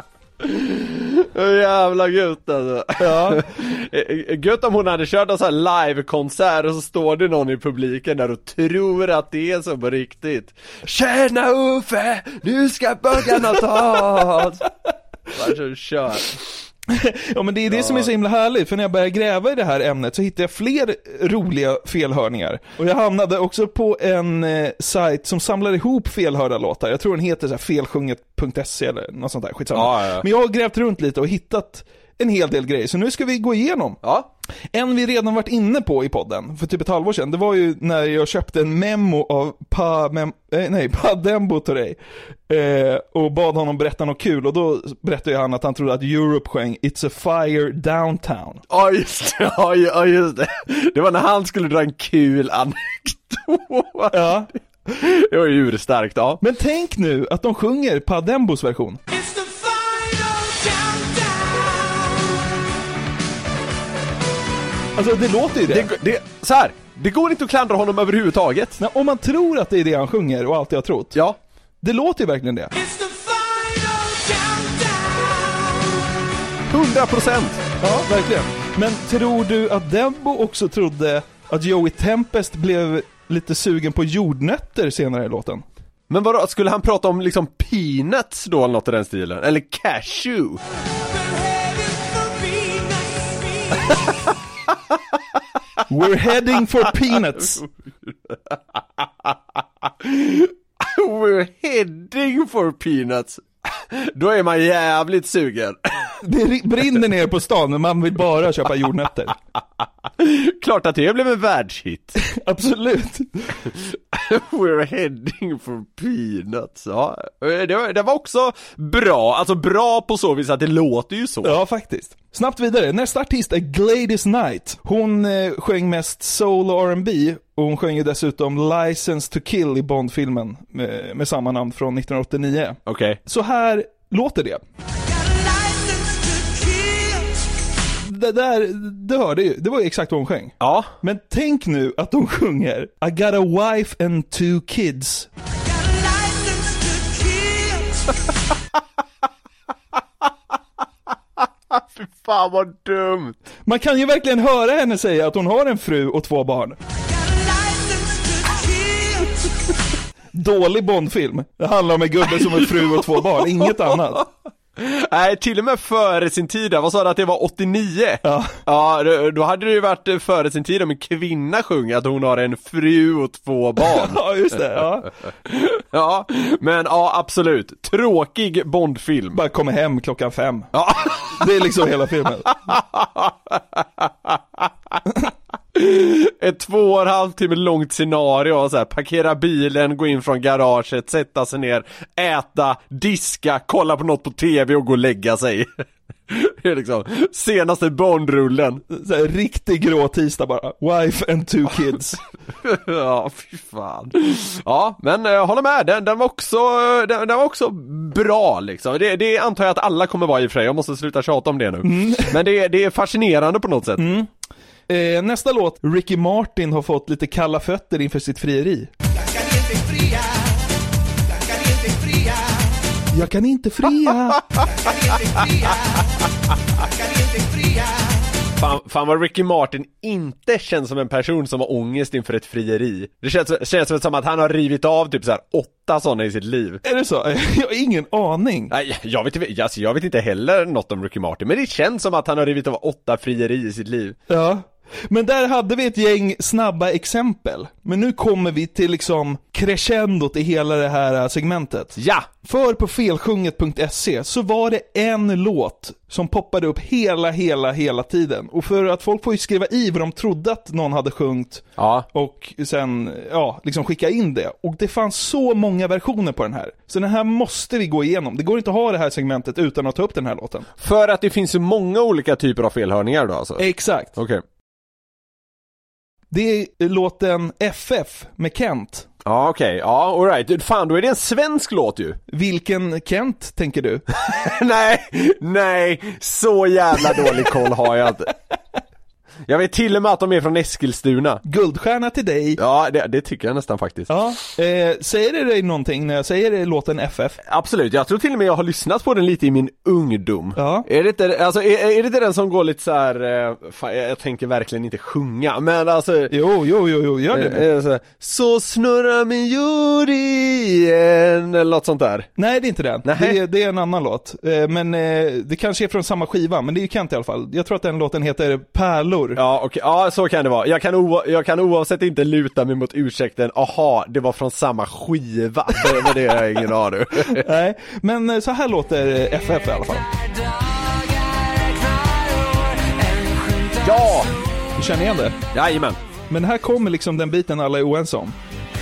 Speaker 1: Jävla gött alltså.
Speaker 2: Ja.
Speaker 1: Gött om hon hade kört en sån här live-konsert och så står det någon i publiken där och tror att det är så på riktigt. Tjena Uffe, nu ska bögarna tas. Varsågod, kör.
Speaker 2: Ja, men det är det ja. som är så himla härligt. För när jag började gräva i det här ämnet så hittade jag fler roliga felhörningar. Och jag hamnade också på en eh, sajt som samlar ihop felhörda låtar. Jag tror den heter så här felsjunget punkt se eller något sånt där, skitsamma.
Speaker 1: Ja, ja.
Speaker 2: Men jag har grävt runt lite och hittat en hel del grejer. Så nu ska vi gå igenom.
Speaker 1: Ja.
Speaker 2: En vi redan varit inne på i podden för typ ett halvår sedan. Det var ju när jag köpte en memo av Pa, mem, eh, nej, Pa Dembo Touré eh, och bad honom berätta något kul. Och då berättade han att han trodde att Europe sjöng It's a fire downtown.
Speaker 1: Ja just det, ja just det. Det var när han skulle dra en kul anekdot.
Speaker 2: Ja.
Speaker 1: Det var ju urstarkt, ja.
Speaker 2: Men tänk nu att de sjunger Pa Dembos version. Alltså det låter ju det.
Speaker 1: det, det så här, det går inte att klandra honom överhuvudtaget.
Speaker 2: Men om man tror att det är det han sjunger och alltid har trott.
Speaker 1: Ja.
Speaker 2: Det låter ju verkligen det.
Speaker 1: hundra procent!
Speaker 2: Ja, verkligen. Men tror du att Dembo också trodde att Joey Tempest blev lite sugen på jordnötter senare i låten?
Speaker 1: Men vadå, skulle han prata om liksom peanuts då eller något i den stilen? Eller cashew?
Speaker 2: We're heading for peanuts.
Speaker 1: We're heading for peanuts. Då är man jävligt sugen.
Speaker 2: Det brinner ner på stan men man vill bara köpa jordnötter.
Speaker 1: Klart att det blev en världshit.
Speaker 2: Absolut.
Speaker 1: We're heading for peanuts. Ja, det var, det var också bra. Alltså bra på så vis att det låter ju så.
Speaker 2: Ja, faktiskt. Snabbt vidare. Nästa artist är Gladys Knight. Hon eh, sjöng mest soul och R and B. Och hon sjöng ju dessutom License to Kill i Bond-filmen med, med samma namn från nittonhundraåttionio.
Speaker 1: Okej. Okay.
Speaker 2: Så här låter det. Det där, det hörde ju, det var ju exakt vad hon sjöng.
Speaker 1: Ja.
Speaker 2: Men tänk nu att hon sjunger I got a wife and two kids.
Speaker 1: Fy fan vad dumt.
Speaker 2: Man kan ju verkligen höra henne säga att hon har en fru och två barn. Dålig Bondfilm. Det handlar om en gubbe som har fru och två barn, inget annat.
Speaker 1: Nej, till och med före sin tid. Vad sa du att det var åttionio?
Speaker 2: Ja.
Speaker 1: Ja, då, då hade det ju varit före sin tid om en kvinna sjunger att hon har en fru och två barn.
Speaker 2: Ja, just det, ja.
Speaker 1: Ja, men ja, absolut. Tråkig Bondfilm.
Speaker 2: Bara kommer hem klockan fem.
Speaker 1: Ja.
Speaker 2: Det är liksom hela filmen.
Speaker 1: Ett två och en halv timme långt scenario så här, parkera bilen, gå in från garaget, sätta sig ner, äta, diska, kolla på något på tv och gå och lägga sig. Det är liksom senaste Bondrullen.
Speaker 2: Så här, riktig grå tisdag bara. Wife and two kids.
Speaker 1: Ja, fy fan. Ja, men jag håller med. Den, den, var också, den, den var också bra liksom. Det, det antar jag att alla kommer vara i och för sig. Jag måste sluta tjata om det nu. Mm. Men det, det är fascinerande på något sätt.
Speaker 2: Mm. Eh, nästa låt, Ricky Martin har fått lite kalla fötter inför sitt frieri. Jag kan inte fria.
Speaker 1: Fan, fan vad Ricky Martin inte känns som en person som har ångest inför ett frieri. Det känns, känns som att han har rivit av typ så här åtta sådana i sitt liv.
Speaker 2: Är det så? Jag har ingen aning.
Speaker 1: Nej, jag vet, alltså, jag vet inte heller något om Ricky Martin. Men det känns som att han har rivit av åtta frieri i sitt liv.
Speaker 2: Ja. Men där hade vi ett gäng snabba exempel. Men nu kommer vi till liksom crescendot i hela det här segmentet.
Speaker 1: Ja!
Speaker 2: För på felsjunget punkt se så var det en låt som poppade upp hela, hela, hela tiden. Och för att folk får ju skriva i vad de trodde att någon hade sjungit.
Speaker 1: Ja.
Speaker 2: Och sen, ja, liksom skicka in det. Och det fanns så många versioner på den här. Så den här måste vi gå igenom. Det går inte att ha det här segmentet utan att ta upp den här låten.
Speaker 1: För att det finns så många olika typer av felhörningar då alltså?
Speaker 2: Exakt.
Speaker 1: Okej. Okay.
Speaker 2: Det är låten F F med Kent.
Speaker 1: Ja, okej. Okay. Ja, all right. Fan, då är det en svensk låt ju.
Speaker 2: Vilken Kent, tänker du?
Speaker 1: nej, nej. Så jävla dålig koll har jag inte. Jag vet till och med att de är från Eskilstuna.
Speaker 2: Guldstjärna till dig.
Speaker 1: Ja, det, det tycker jag nästan faktiskt.
Speaker 2: Ja, eh, säger det dig någonting när jag säger det, låten F F?
Speaker 1: Absolut, jag tror till och med jag har lyssnat på den lite i min ungdom.
Speaker 2: Ja.
Speaker 1: Är det inte, alltså, är, är det inte den som går lite så här, eh, fan, jag, jag tänker verkligen inte sjunga, men alltså...
Speaker 2: Jo, jo, jo, jo gör det.
Speaker 1: Eh, så, här, så snurrar min jord igen, eller något sånt där.
Speaker 2: Nej, det är inte den. Det, det är en annan låt. Eh, men eh, det kanske är från samma skiva, men det är ju Kent i alla fall. Jag tror att den låten heter Pärlor.
Speaker 1: Ja, okej. Okay. Ja, så kan det vara. Jag kan, o- jag kan oavsett inte luta mig mot ursäkten. Aha, det var från samma skiva. Det, det är jag ingen aning.
Speaker 2: Nej, men så här låter F F i alla fall.
Speaker 1: Ja!
Speaker 2: Du känner igen det?
Speaker 1: Jajamän.
Speaker 2: Men här kommer liksom den biten alla är oense om.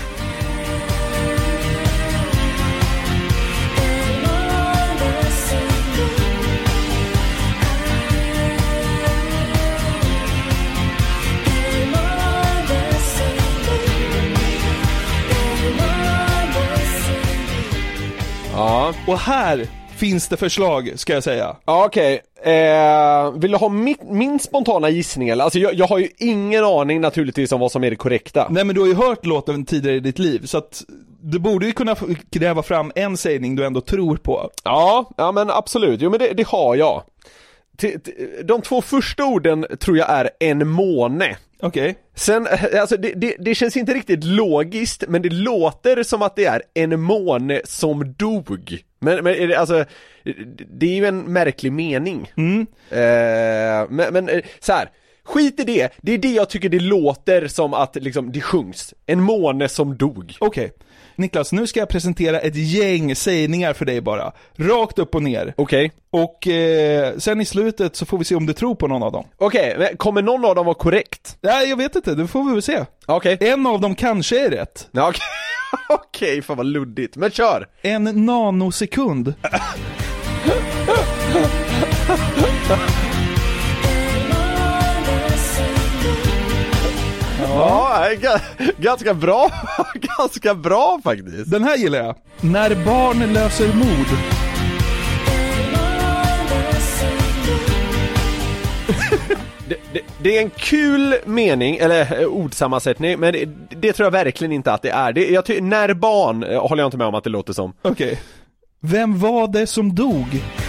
Speaker 1: Ja.
Speaker 2: Och här finns det förslag, ska jag säga.
Speaker 1: Ja, okej. Okay. Eh, vill du ha min, min spontana gissning eller? Alltså jag, jag har ju ingen aning naturligtvis om vad som är det korrekta.
Speaker 2: Nej, men du har ju hört låten tidigare i ditt liv, så att du borde ju kunna gräva fram en sägning du ändå tror på.
Speaker 1: Ja, ja men absolut. Jo men det, det har jag. T- t- de två första orden tror jag är en måne.
Speaker 2: Okej. Okay.
Speaker 1: Sen, alltså det, det, det känns inte riktigt logiskt, men det låter som att det är en måne som dog. Men, men alltså, det är ju en märklig mening.
Speaker 2: Mm.
Speaker 1: Eh, men, men så här, skit i det. Det är det jag tycker det låter som att liksom, det sjungs. En måne som dog.
Speaker 2: Okej. Okay. Niklas, nu ska jag presentera ett gäng sägningar för dig bara. Rakt upp och ner.
Speaker 1: Okej.
Speaker 2: Okay. Och eh, sen i slutet så får vi se om du tror på någon av dem.
Speaker 1: Okej, okay, men kommer någon av dem vara korrekt?
Speaker 2: Nej, jag vet inte. Det får vi väl se.
Speaker 1: Okej. Okay.
Speaker 2: En av dem kanske är rätt.
Speaker 1: Ja, okej. Okay. Okej, okay, fan vad luddigt. Men kör.
Speaker 2: En nanosekund.
Speaker 1: Ja, g- ganska bra. Ganska bra faktiskt.
Speaker 2: Den här gillar jag. När barn löser mord.
Speaker 1: det, det, det är en kul mening, eller ordsammansättning, men det, det tror jag verkligen inte att det är. Det, jag ty- när barn håller jag inte med om att det låter som.
Speaker 2: Okej. Okay. Vem var det som dog?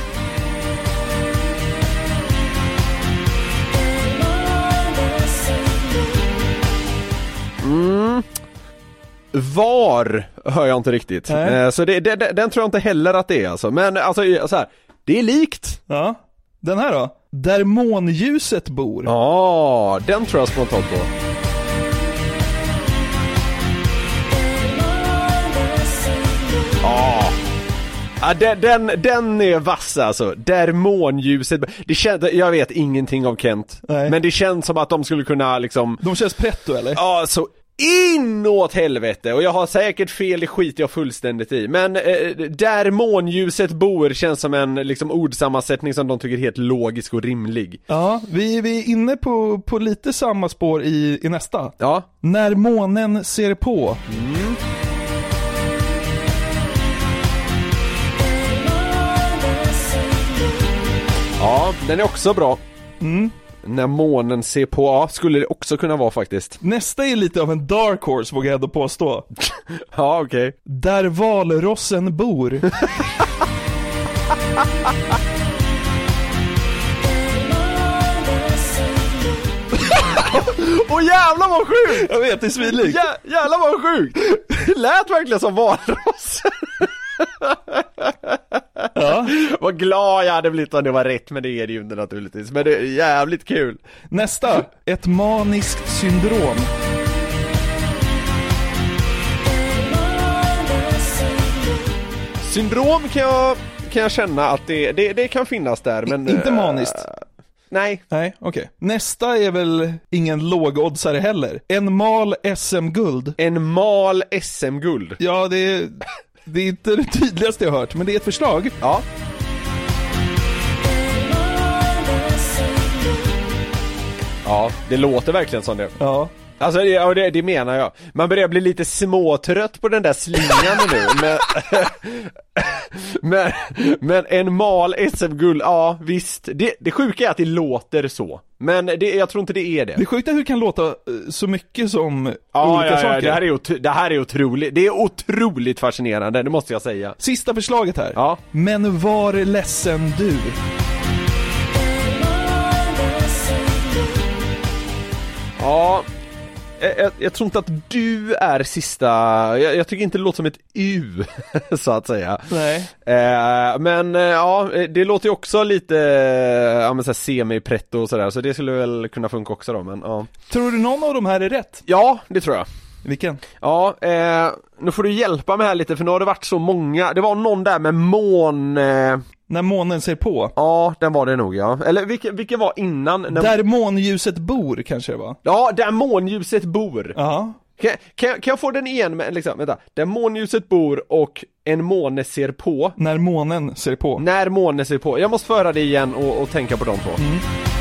Speaker 1: Mm. Var hör jag inte riktigt. Eh, så det, det, den tror jag inte heller att det är alltså. Men alltså så här, det är likt.
Speaker 2: Ja. Den här då? Där månljuset bor.
Speaker 1: Ja, den tror jag spontant på. Ja. Ja, den, den, den är vass alltså. Där månljuset. Det känns, jag vet ingenting om Kent. Nej. Men det känns som att de skulle kunna liksom.
Speaker 2: De känns pretto eller?
Speaker 1: Ja, så inåt helvete. Och jag har säkert fel, i skit jag fullständigt i. Men eh, där månljuset bor känns som en liksom ordsammansättning som de tycker är helt logisk och rimlig.
Speaker 2: Ja, vi, vi är inne på, på lite samma spår i, i nästa.
Speaker 1: Ja.
Speaker 2: När månen ser på.
Speaker 1: Mm. Ja, den är också bra.
Speaker 2: Mm.
Speaker 1: När månen ser på, ja, skulle det också kunna vara faktiskt.
Speaker 2: Nästa är lite av en dark horse, vågar jag ändå påstå.
Speaker 1: Ja, okej. Okay.
Speaker 2: Där valrossen bor.
Speaker 1: Åh oh, jävlar vad sjukt!
Speaker 2: Jag vet, det är svinlikt.
Speaker 1: Jä- jävlar vad sjukt! Det lät verkligen som valrossen.
Speaker 2: Ja.
Speaker 1: Vad glad jag hade blivit om det var rätt, men det är det ju inte naturligtvis. Men det är jävligt kul.
Speaker 2: Nästa, ett maniskt syndrom.
Speaker 1: Syndrom kan jag, kan jag känna att det, det, det kan finnas där, men
Speaker 2: inte maniskt.
Speaker 1: Uh, nej.
Speaker 2: Nej, okej. Okay. Nästa är väl ingen lågoddsare heller. En mal S M-guld.
Speaker 1: En mal S M-guld.
Speaker 2: Ja, det är, det är inte det tydligaste jag hört, men det är ett förslag.
Speaker 1: Ja. Ja, det låter verkligen som det.
Speaker 2: Ja.
Speaker 1: Alltså, ja, det, det menar jag. Man börjar bli lite småtrött på den där slingan nu. Men, men, men en mal S M-guld, ja visst. Det, det sjuka är att det låter så. Men det, jag tror inte det är det.
Speaker 2: Det sjuka är hur det kan låta så mycket som
Speaker 1: ja,
Speaker 2: olika
Speaker 1: ja, ja,
Speaker 2: saker.
Speaker 1: Det här är, otro, det här är otroligt. Det är otroligt fascinerande, det måste jag säga.
Speaker 2: Sista förslaget här.
Speaker 1: Ja.
Speaker 2: Men var ledsen du.
Speaker 1: Ja. Jag, jag tror inte att du är sista. Jag, jag tycker inte det låter som ett U så att säga.
Speaker 2: Nej.
Speaker 1: Eh, men eh, ja, det låter ju också lite ja, men så här semi-pretto och sådär. Så det skulle väl kunna funka också då, men ja.
Speaker 2: Tror du någon av de här är rätt?
Speaker 1: Ja, det tror jag.
Speaker 2: Vilken?
Speaker 1: Ja, eh, nu får du hjälpa mig här lite, för nu har det varit så många. Det var någon där med mån... Eh...
Speaker 2: När månen ser på.
Speaker 1: Ja, den var det nog, ja. Eller vilken, vilken var innan? När...
Speaker 2: Där månljuset bor, kanske det var.
Speaker 1: Ja, där månljuset bor.
Speaker 2: Ja.
Speaker 1: Kan, kan, kan jag få den igen med, liksom, vänta. Där månljuset bor och en måne ser på.
Speaker 2: När månen ser på.
Speaker 1: När månen ser på. Jag måste föra det igen och, och tänka på de två.
Speaker 2: Mm.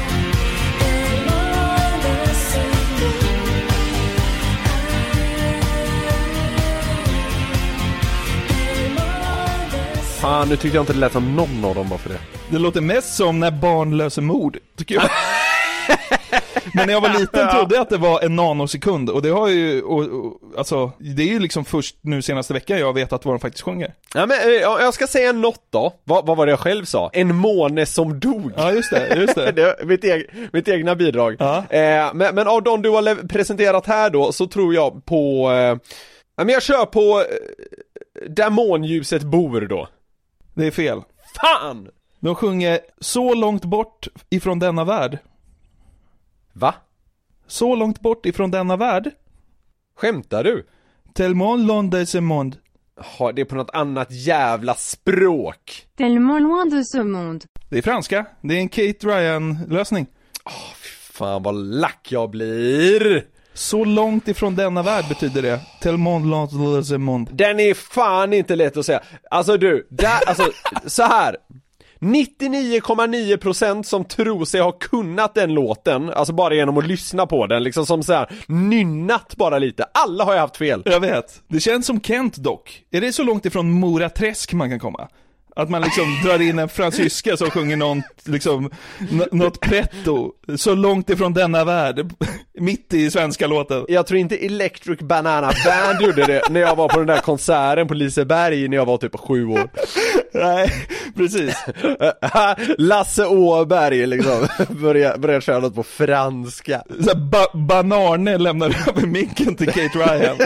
Speaker 1: Fan, nu tyckte jag inte det lät som någon av dem bara för det.
Speaker 2: Det låter mest som när barn löser mord, tycker jag. Men när jag var liten trodde jag att det var en nanosekund. Och det har ju, och, och, alltså, det är ju liksom först nu senaste veckan jag vet att vad de faktiskt sjunger.
Speaker 1: Ja, men jag ska säga något då. Vad, vad var det jag själv sa? En måne som dog.
Speaker 2: Ja, just det, just det.
Speaker 1: det är mitt, eg, mitt egna bidrag.
Speaker 2: Ja.
Speaker 1: Eh, men, men av de du har lev- presenterat här då, så tror jag på... Eh, men jag kör på eh, Där månljuset bor då.
Speaker 2: Det är fel.
Speaker 1: Fan!
Speaker 2: De sjunger Så långt bort ifrån denna värld.
Speaker 1: Va?
Speaker 2: Så långt bort ifrån denna värld.
Speaker 1: Skämtar du?
Speaker 2: Tellement loin de ce monde.
Speaker 1: Ha, det är på något annat jävla språk.
Speaker 6: Tellement loin de ce monde.
Speaker 2: Det är franska. Det är en Kate Ryan-lösning.
Speaker 1: Oh, fan vad lack jag blir.
Speaker 2: Så långt ifrån denna värld betyder det. Tellement loin de ce monde.
Speaker 1: Den är fan inte lätt att säga. Alltså du, där, alltså så här. nittionio komma nio procent som tror sig ha kunnat den låten, alltså bara genom att lyssna på den, liksom som så här nynnat bara lite. Alla har ju haft fel.
Speaker 2: Jag vet. Det känns som Kent dock. Är det så långt ifrån Mora Träsk man kan komma? Att man liksom drar in en fransyska som sjunger någon, liksom, n- något pretto. Så långt ifrån denna värld. Mitt i svenska låten.
Speaker 1: Jag tror inte Electric Banana Band gjorde det när jag var på den där konserten på Liseberg när jag var typ sju år.
Speaker 2: Nej, precis.
Speaker 1: Lasse Åberg liksom började, började köra något på franska.
Speaker 2: Så här, ba- Banarne lämnar över micken till Kate Ryan.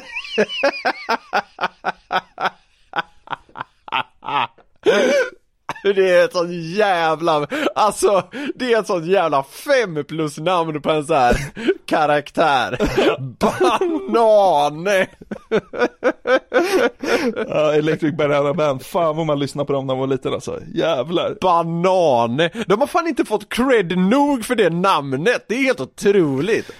Speaker 1: Det är ett sånt jävla, alltså det är ett sånt jävla fem plus namn på en så här karaktär. Banane.
Speaker 2: Ja, Electric Banana Band. Fan vad man lyssnar på dem när man var liten alltså. Jävlar.
Speaker 1: Banane. De har fan inte fått cred nog för det namnet. Det är helt otroligt.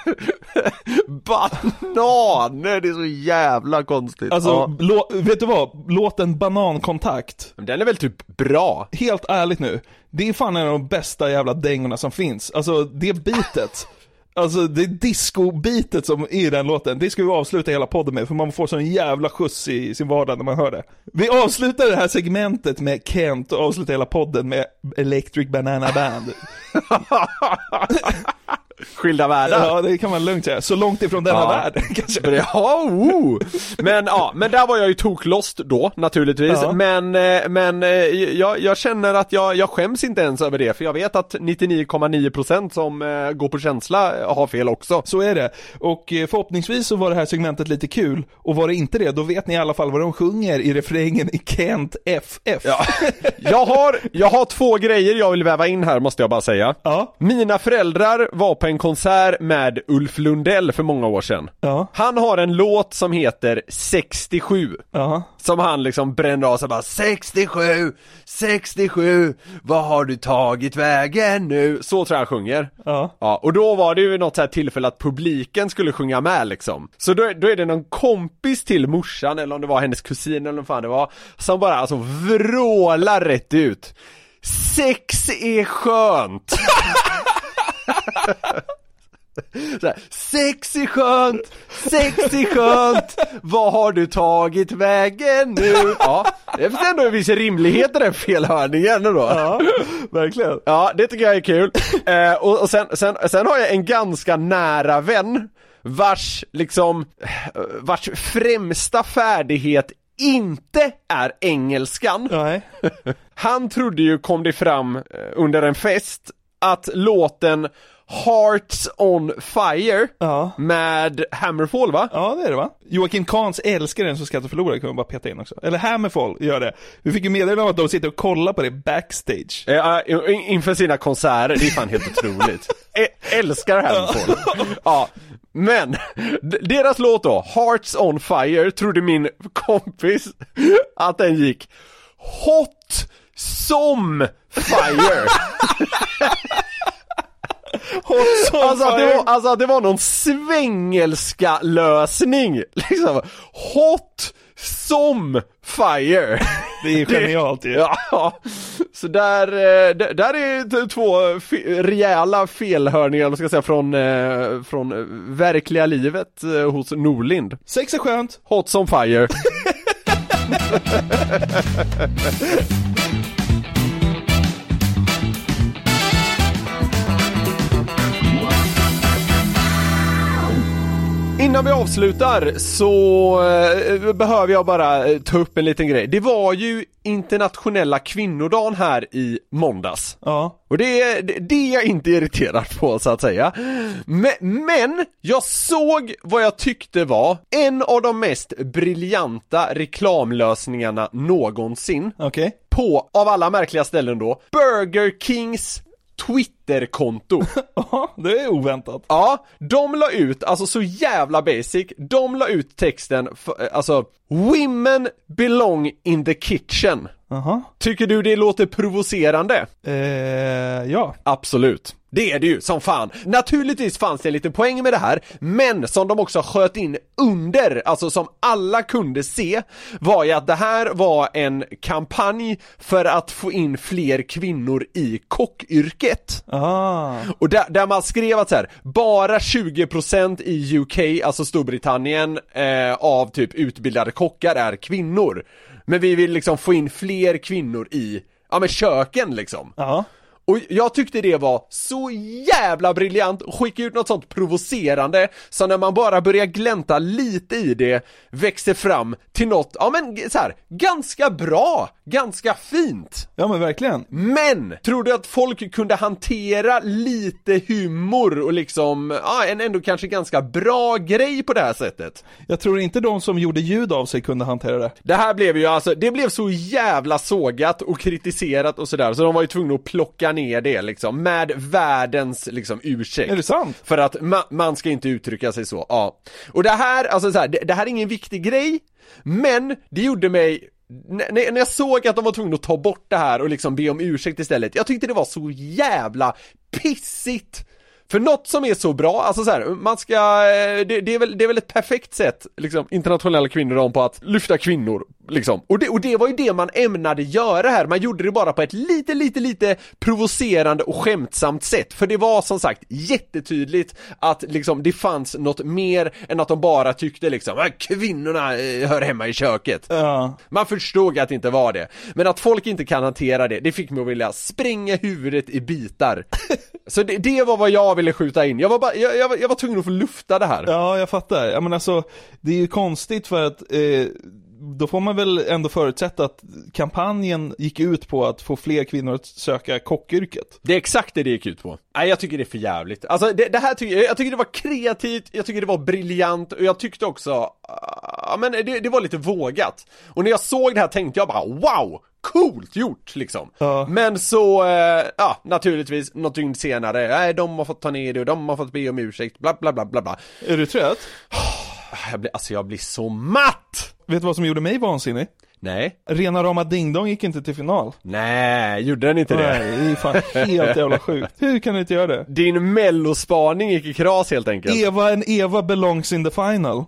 Speaker 1: Banane. Det är så jävla konstigt.
Speaker 2: Alltså,
Speaker 1: ja.
Speaker 2: lå- vet du vad? Låten Banankontakt.
Speaker 1: Den är väl typ bra.
Speaker 2: Helt ärligt nu. Det är fan en av de bästa jävla dängorna som finns. Alltså, det bitet. Alltså, det disco-bitet som är i den låten. Det ska vi avsluta hela podden med. För man får sån jävla skjuts i sin vardag när man hör det. Vi avslutar det här segmentet med Kent och avslutar hela podden med Electric Banana Band.
Speaker 1: Skilda världar.
Speaker 2: Ja, det kan man lugnt säga. Så långt ifrån denna
Speaker 1: ja.
Speaker 2: värld kanske.
Speaker 1: Ja, oh. Men ja, men där var jag ju toklost då naturligtvis.
Speaker 2: Ja.
Speaker 1: Men men jag, jag känner att jag jag skäms inte ens över det, för jag vet att nittionio komma nio procent som eh, går på känsla har fel också.
Speaker 2: Så är det. Och förhoppningsvis så var det här segmentet lite kul. Och var det inte det, då vet ni i alla fall vad de sjunger i refrängen i Kent F F.
Speaker 1: Ja. Jag har jag har två grejer jag vill väva in här, måste jag bara säga.
Speaker 2: Ja.
Speaker 1: Mina föräldrar var på en konsert med Ulf Lundell för många år sedan.
Speaker 2: Ja.
Speaker 1: Han har en låt som heter sextiosju.
Speaker 2: Ja.
Speaker 1: Som han liksom brände av sig bara sextiosju, sextiosju, vad har du tagit vägen nu? Så tror jag han sjunger.
Speaker 2: Ja.
Speaker 1: Ja, och då var det ju något så här tillfälle att publiken skulle sjunga med liksom. Så då, då är det någon kompis till morsan, eller om det var hennes kusin eller vad fan det var, som bara alltså vrålar rätt ut. Sex är skönt. Så här, sex är skönt, sex är skönt, vad har du tagit vägen nu? Ja, det finns ändå en viss rimlighet i den felhörningen då.
Speaker 2: Ja, verkligen.
Speaker 1: Ja, det tycker jag är kul. eh, och och sen, sen, sen har jag en ganska nära vän vars liksom vars främsta färdighet inte är engelskan.
Speaker 2: Nej.
Speaker 1: Han trodde ju, kom det fram under en fest, att låten Hearts on Fire
Speaker 2: Ja.
Speaker 1: med Hammerfall, va?
Speaker 2: Ja, det är det, va? Joakim Kahns älskar den som ska inte förlora, kan man bara peta in också. Eller Hammerfall gör det. Vi fick ju meddelande om att de sitter och kollar på det backstage.
Speaker 1: Ja, inför sina konserter, det är fan helt otroligt. Ä- älskar Hammerfall. Ja, men d- deras låt då, Hearts on Fire, trodde min kompis att den gick hot som fire. Alltså att, det var, alltså att det var någon svengelska lösning liksom. Hot som fire.
Speaker 2: Det är genialt ju.
Speaker 1: Ja, så där, där är två fe- rejäla felhörningar, ska jag säga, från, från verkliga livet hos Norlind.
Speaker 2: Sex är skönt.
Speaker 1: Hot som fire. Innan vi avslutar så eh, behöver jag bara eh, ta upp en liten grej. Det var ju internationella kvinnodagen här i måndags.
Speaker 2: Ja.
Speaker 1: Och det är det, det är jag inte irriterad på, så att säga. Men, men jag såg vad jag tyckte var en av de mest briljanta reklamlösningarna någonsin.
Speaker 2: Okej.
Speaker 1: På, av alla märkliga ställen då, Burger Kings Twitter-konto.
Speaker 2: Ja, det är oväntat.
Speaker 1: Ja, de la ut, alltså så jävla basic, de la ut texten, för, alltså, women belong in the kitchen.
Speaker 2: Aha.
Speaker 1: Tycker du det låter provocerande?
Speaker 2: Eh, ja.
Speaker 1: Absolut. Det är det ju, som fan. Naturligtvis fanns det en liten poäng med det här, men som de också sköt in under, alltså som alla kunde se, var ju att det här var en kampanj för att få in fler kvinnor i kockyrket.
Speaker 2: Ah.
Speaker 1: Och där, där man skrev att så här, bara tjugo procent i U K, alltså Storbritannien, eh, av typ utbildade kockar är kvinnor. Men vi vill liksom få in fler kvinnor i, ja men köken liksom.
Speaker 2: Ja.
Speaker 1: Och jag tyckte det var så jävla briljant att skicka ut något sånt provocerande, så när man bara börjar glänta lite i det växer fram till något, ja men så här, ganska bra, ganska fint.
Speaker 2: Ja men verkligen.
Speaker 1: Men, tror du att folk kunde hantera lite humor och liksom, ja, en ändå kanske ganska bra grej på det här sättet?
Speaker 2: Jag tror inte de som gjorde ljud av sig kunde hantera det.
Speaker 1: Det här blev ju alltså, det blev så jävla sågat och kritiserat och sådär, så de var ju tvungna att plocka ner det liksom, med världens liksom ursäkt.
Speaker 2: Är det sant?
Speaker 1: För att ma- man ska inte uttrycka sig så, ja. Och det här, alltså så här, det, det här är ingen viktig grej, men det gjorde mig, n- när jag såg att de var tvungna att ta bort det här och liksom be om ursäkt istället, jag tyckte det var så jävla pissigt. För något som är så bra, alltså så här, man ska, det, det, är väl, det är väl ett perfekt sätt, liksom, internationella kvinnodagen på att lyfta kvinnor, liksom. Och det, och det var ju det man ämnade göra här, man gjorde det bara på ett lite, lite, lite provocerande och skämtsamt sätt. För det var som sagt jättetydligt att liksom, det fanns något mer än att de bara tyckte liksom, att kvinnorna eh, hör hemma i köket.
Speaker 2: Ja.
Speaker 1: Man förstod att det inte var det. Men att folk inte kan hantera det, det fick mig att vilja spränga huvudet i bitar. Så det, det var vad jag ville skjuta in. Jag var, bara, jag, jag, var, jag var tvungen att få lufta det här.
Speaker 2: Ja, jag fattar. Ja, men alltså, det är ju konstigt för att eh, då får man väl ändå förutsätta att kampanjen gick ut på att få fler kvinnor att söka kockyrket.
Speaker 1: Det är exakt det det gick ut på. Nej, jag tycker det är för jävligt. Alltså det, det här tycker jag, jag tycker det var kreativt, jag tycker det var briljant och jag tyckte också, uh, men det, det var lite vågat. Och när jag såg det här tänkte jag bara, wow! Coolt gjort liksom.
Speaker 2: Ja.
Speaker 1: Men så, eh, ja, naturligtvis något dygn senare, nej, de har fått ta ner det och de har fått be om ursäkt, bla bla bla bla bla.
Speaker 2: Är du trött?
Speaker 1: Jag blir, alltså jag blir så matt!
Speaker 2: Vet du vad som gjorde mig vansinnig?
Speaker 1: Nej.
Speaker 2: Rena rama Ding Dong gick inte till final.
Speaker 1: Nej, gjorde den inte det?
Speaker 2: Nej, det är fan helt jävla sjukt. Hur kan du inte göra det?
Speaker 1: Din mellospaning gick i kras helt enkelt.
Speaker 2: Eva and Eva belongs in the final.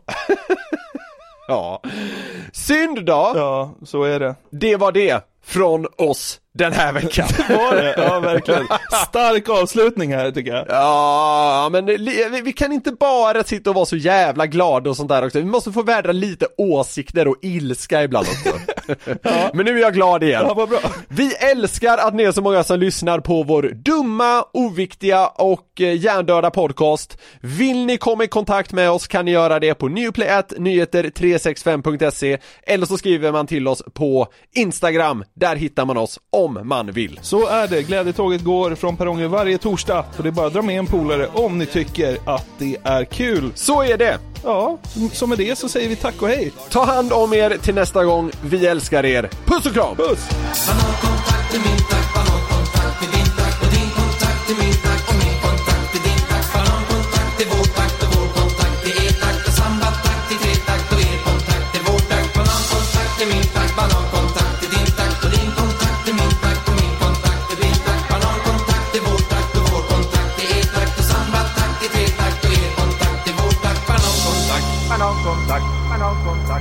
Speaker 1: Ja. Synd då.
Speaker 2: Ja, så är det.
Speaker 1: Det var det från oss den här veckan.
Speaker 2: Var det? Ja, verkligen. Stark avslutning här tycker jag.
Speaker 1: Ja, men vi, vi kan inte bara sitta och vara så jävla glada och sånt där också. Vi måste få vädra lite åsikter och ilska ibland också. Ja. Men nu är jag glad igen.
Speaker 2: Ja, vad bra.
Speaker 1: Vi älskar att ni är så många som lyssnar på vår dumma, oviktiga och hjärndöda podcast. Vill ni komma i kontakt med oss kan ni göra det på newplay at nyheter tre sex fem punkt se eller så skriver man till oss på Instagram. Där hittar man oss om man vill.
Speaker 2: Så är det. Glädjetåget går från perrongen varje torsdag. Så det är bara att dra med en polare om ni tycker att det är kul.
Speaker 1: Så är det.
Speaker 2: Ja, så med det så säger vi tack och hej.
Speaker 1: Ta hand om er till nästa gång. Vi älskar er. Puss och kram.
Speaker 2: Puss.
Speaker 7: Banankontakt är min tack, banankontakt är din tack och din kontakt är min tack och min kontakt är din tack. Banankontakt är vår tack och vår kontakt är er tack och samba tack till tre tack och er kontakt är vår tack. Banankontakt är min tack, banankontakt är din tack och din kontakt är min tack och min kontakt är din tack. Banankontakt är vår tack och vår kontakt är er tack och samba tack till tre tack och er kontakt är vår tack. Banankontakt, banankontakt, banankontakt.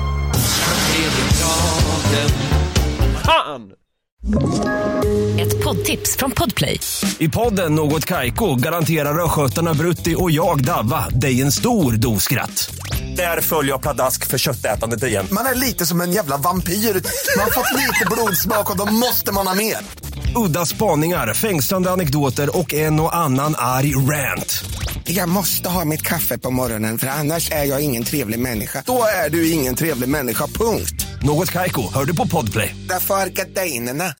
Speaker 1: Fan!
Speaker 8: Ett poddtips från Podplay.
Speaker 9: I podden Något Kaiko garanterar röskötarna Brutti och jag Davva dig en stor dos skratt. Där följer jag pladask för köttätandet igen.
Speaker 10: Man är lite som en jävla vampyr. Man har fått lite blodsmak och då måste man ha mer.
Speaker 9: Udda spaningar, fängslande anekdoter och en och annan arg rant.
Speaker 10: Jag måste ha mitt kaffe på morgonen för annars är jag ingen trevlig människa. Då är du ingen trevlig människa, punkt.
Speaker 9: Något Kaiko, hör du på Podplay.
Speaker 10: Därför är gardinerna.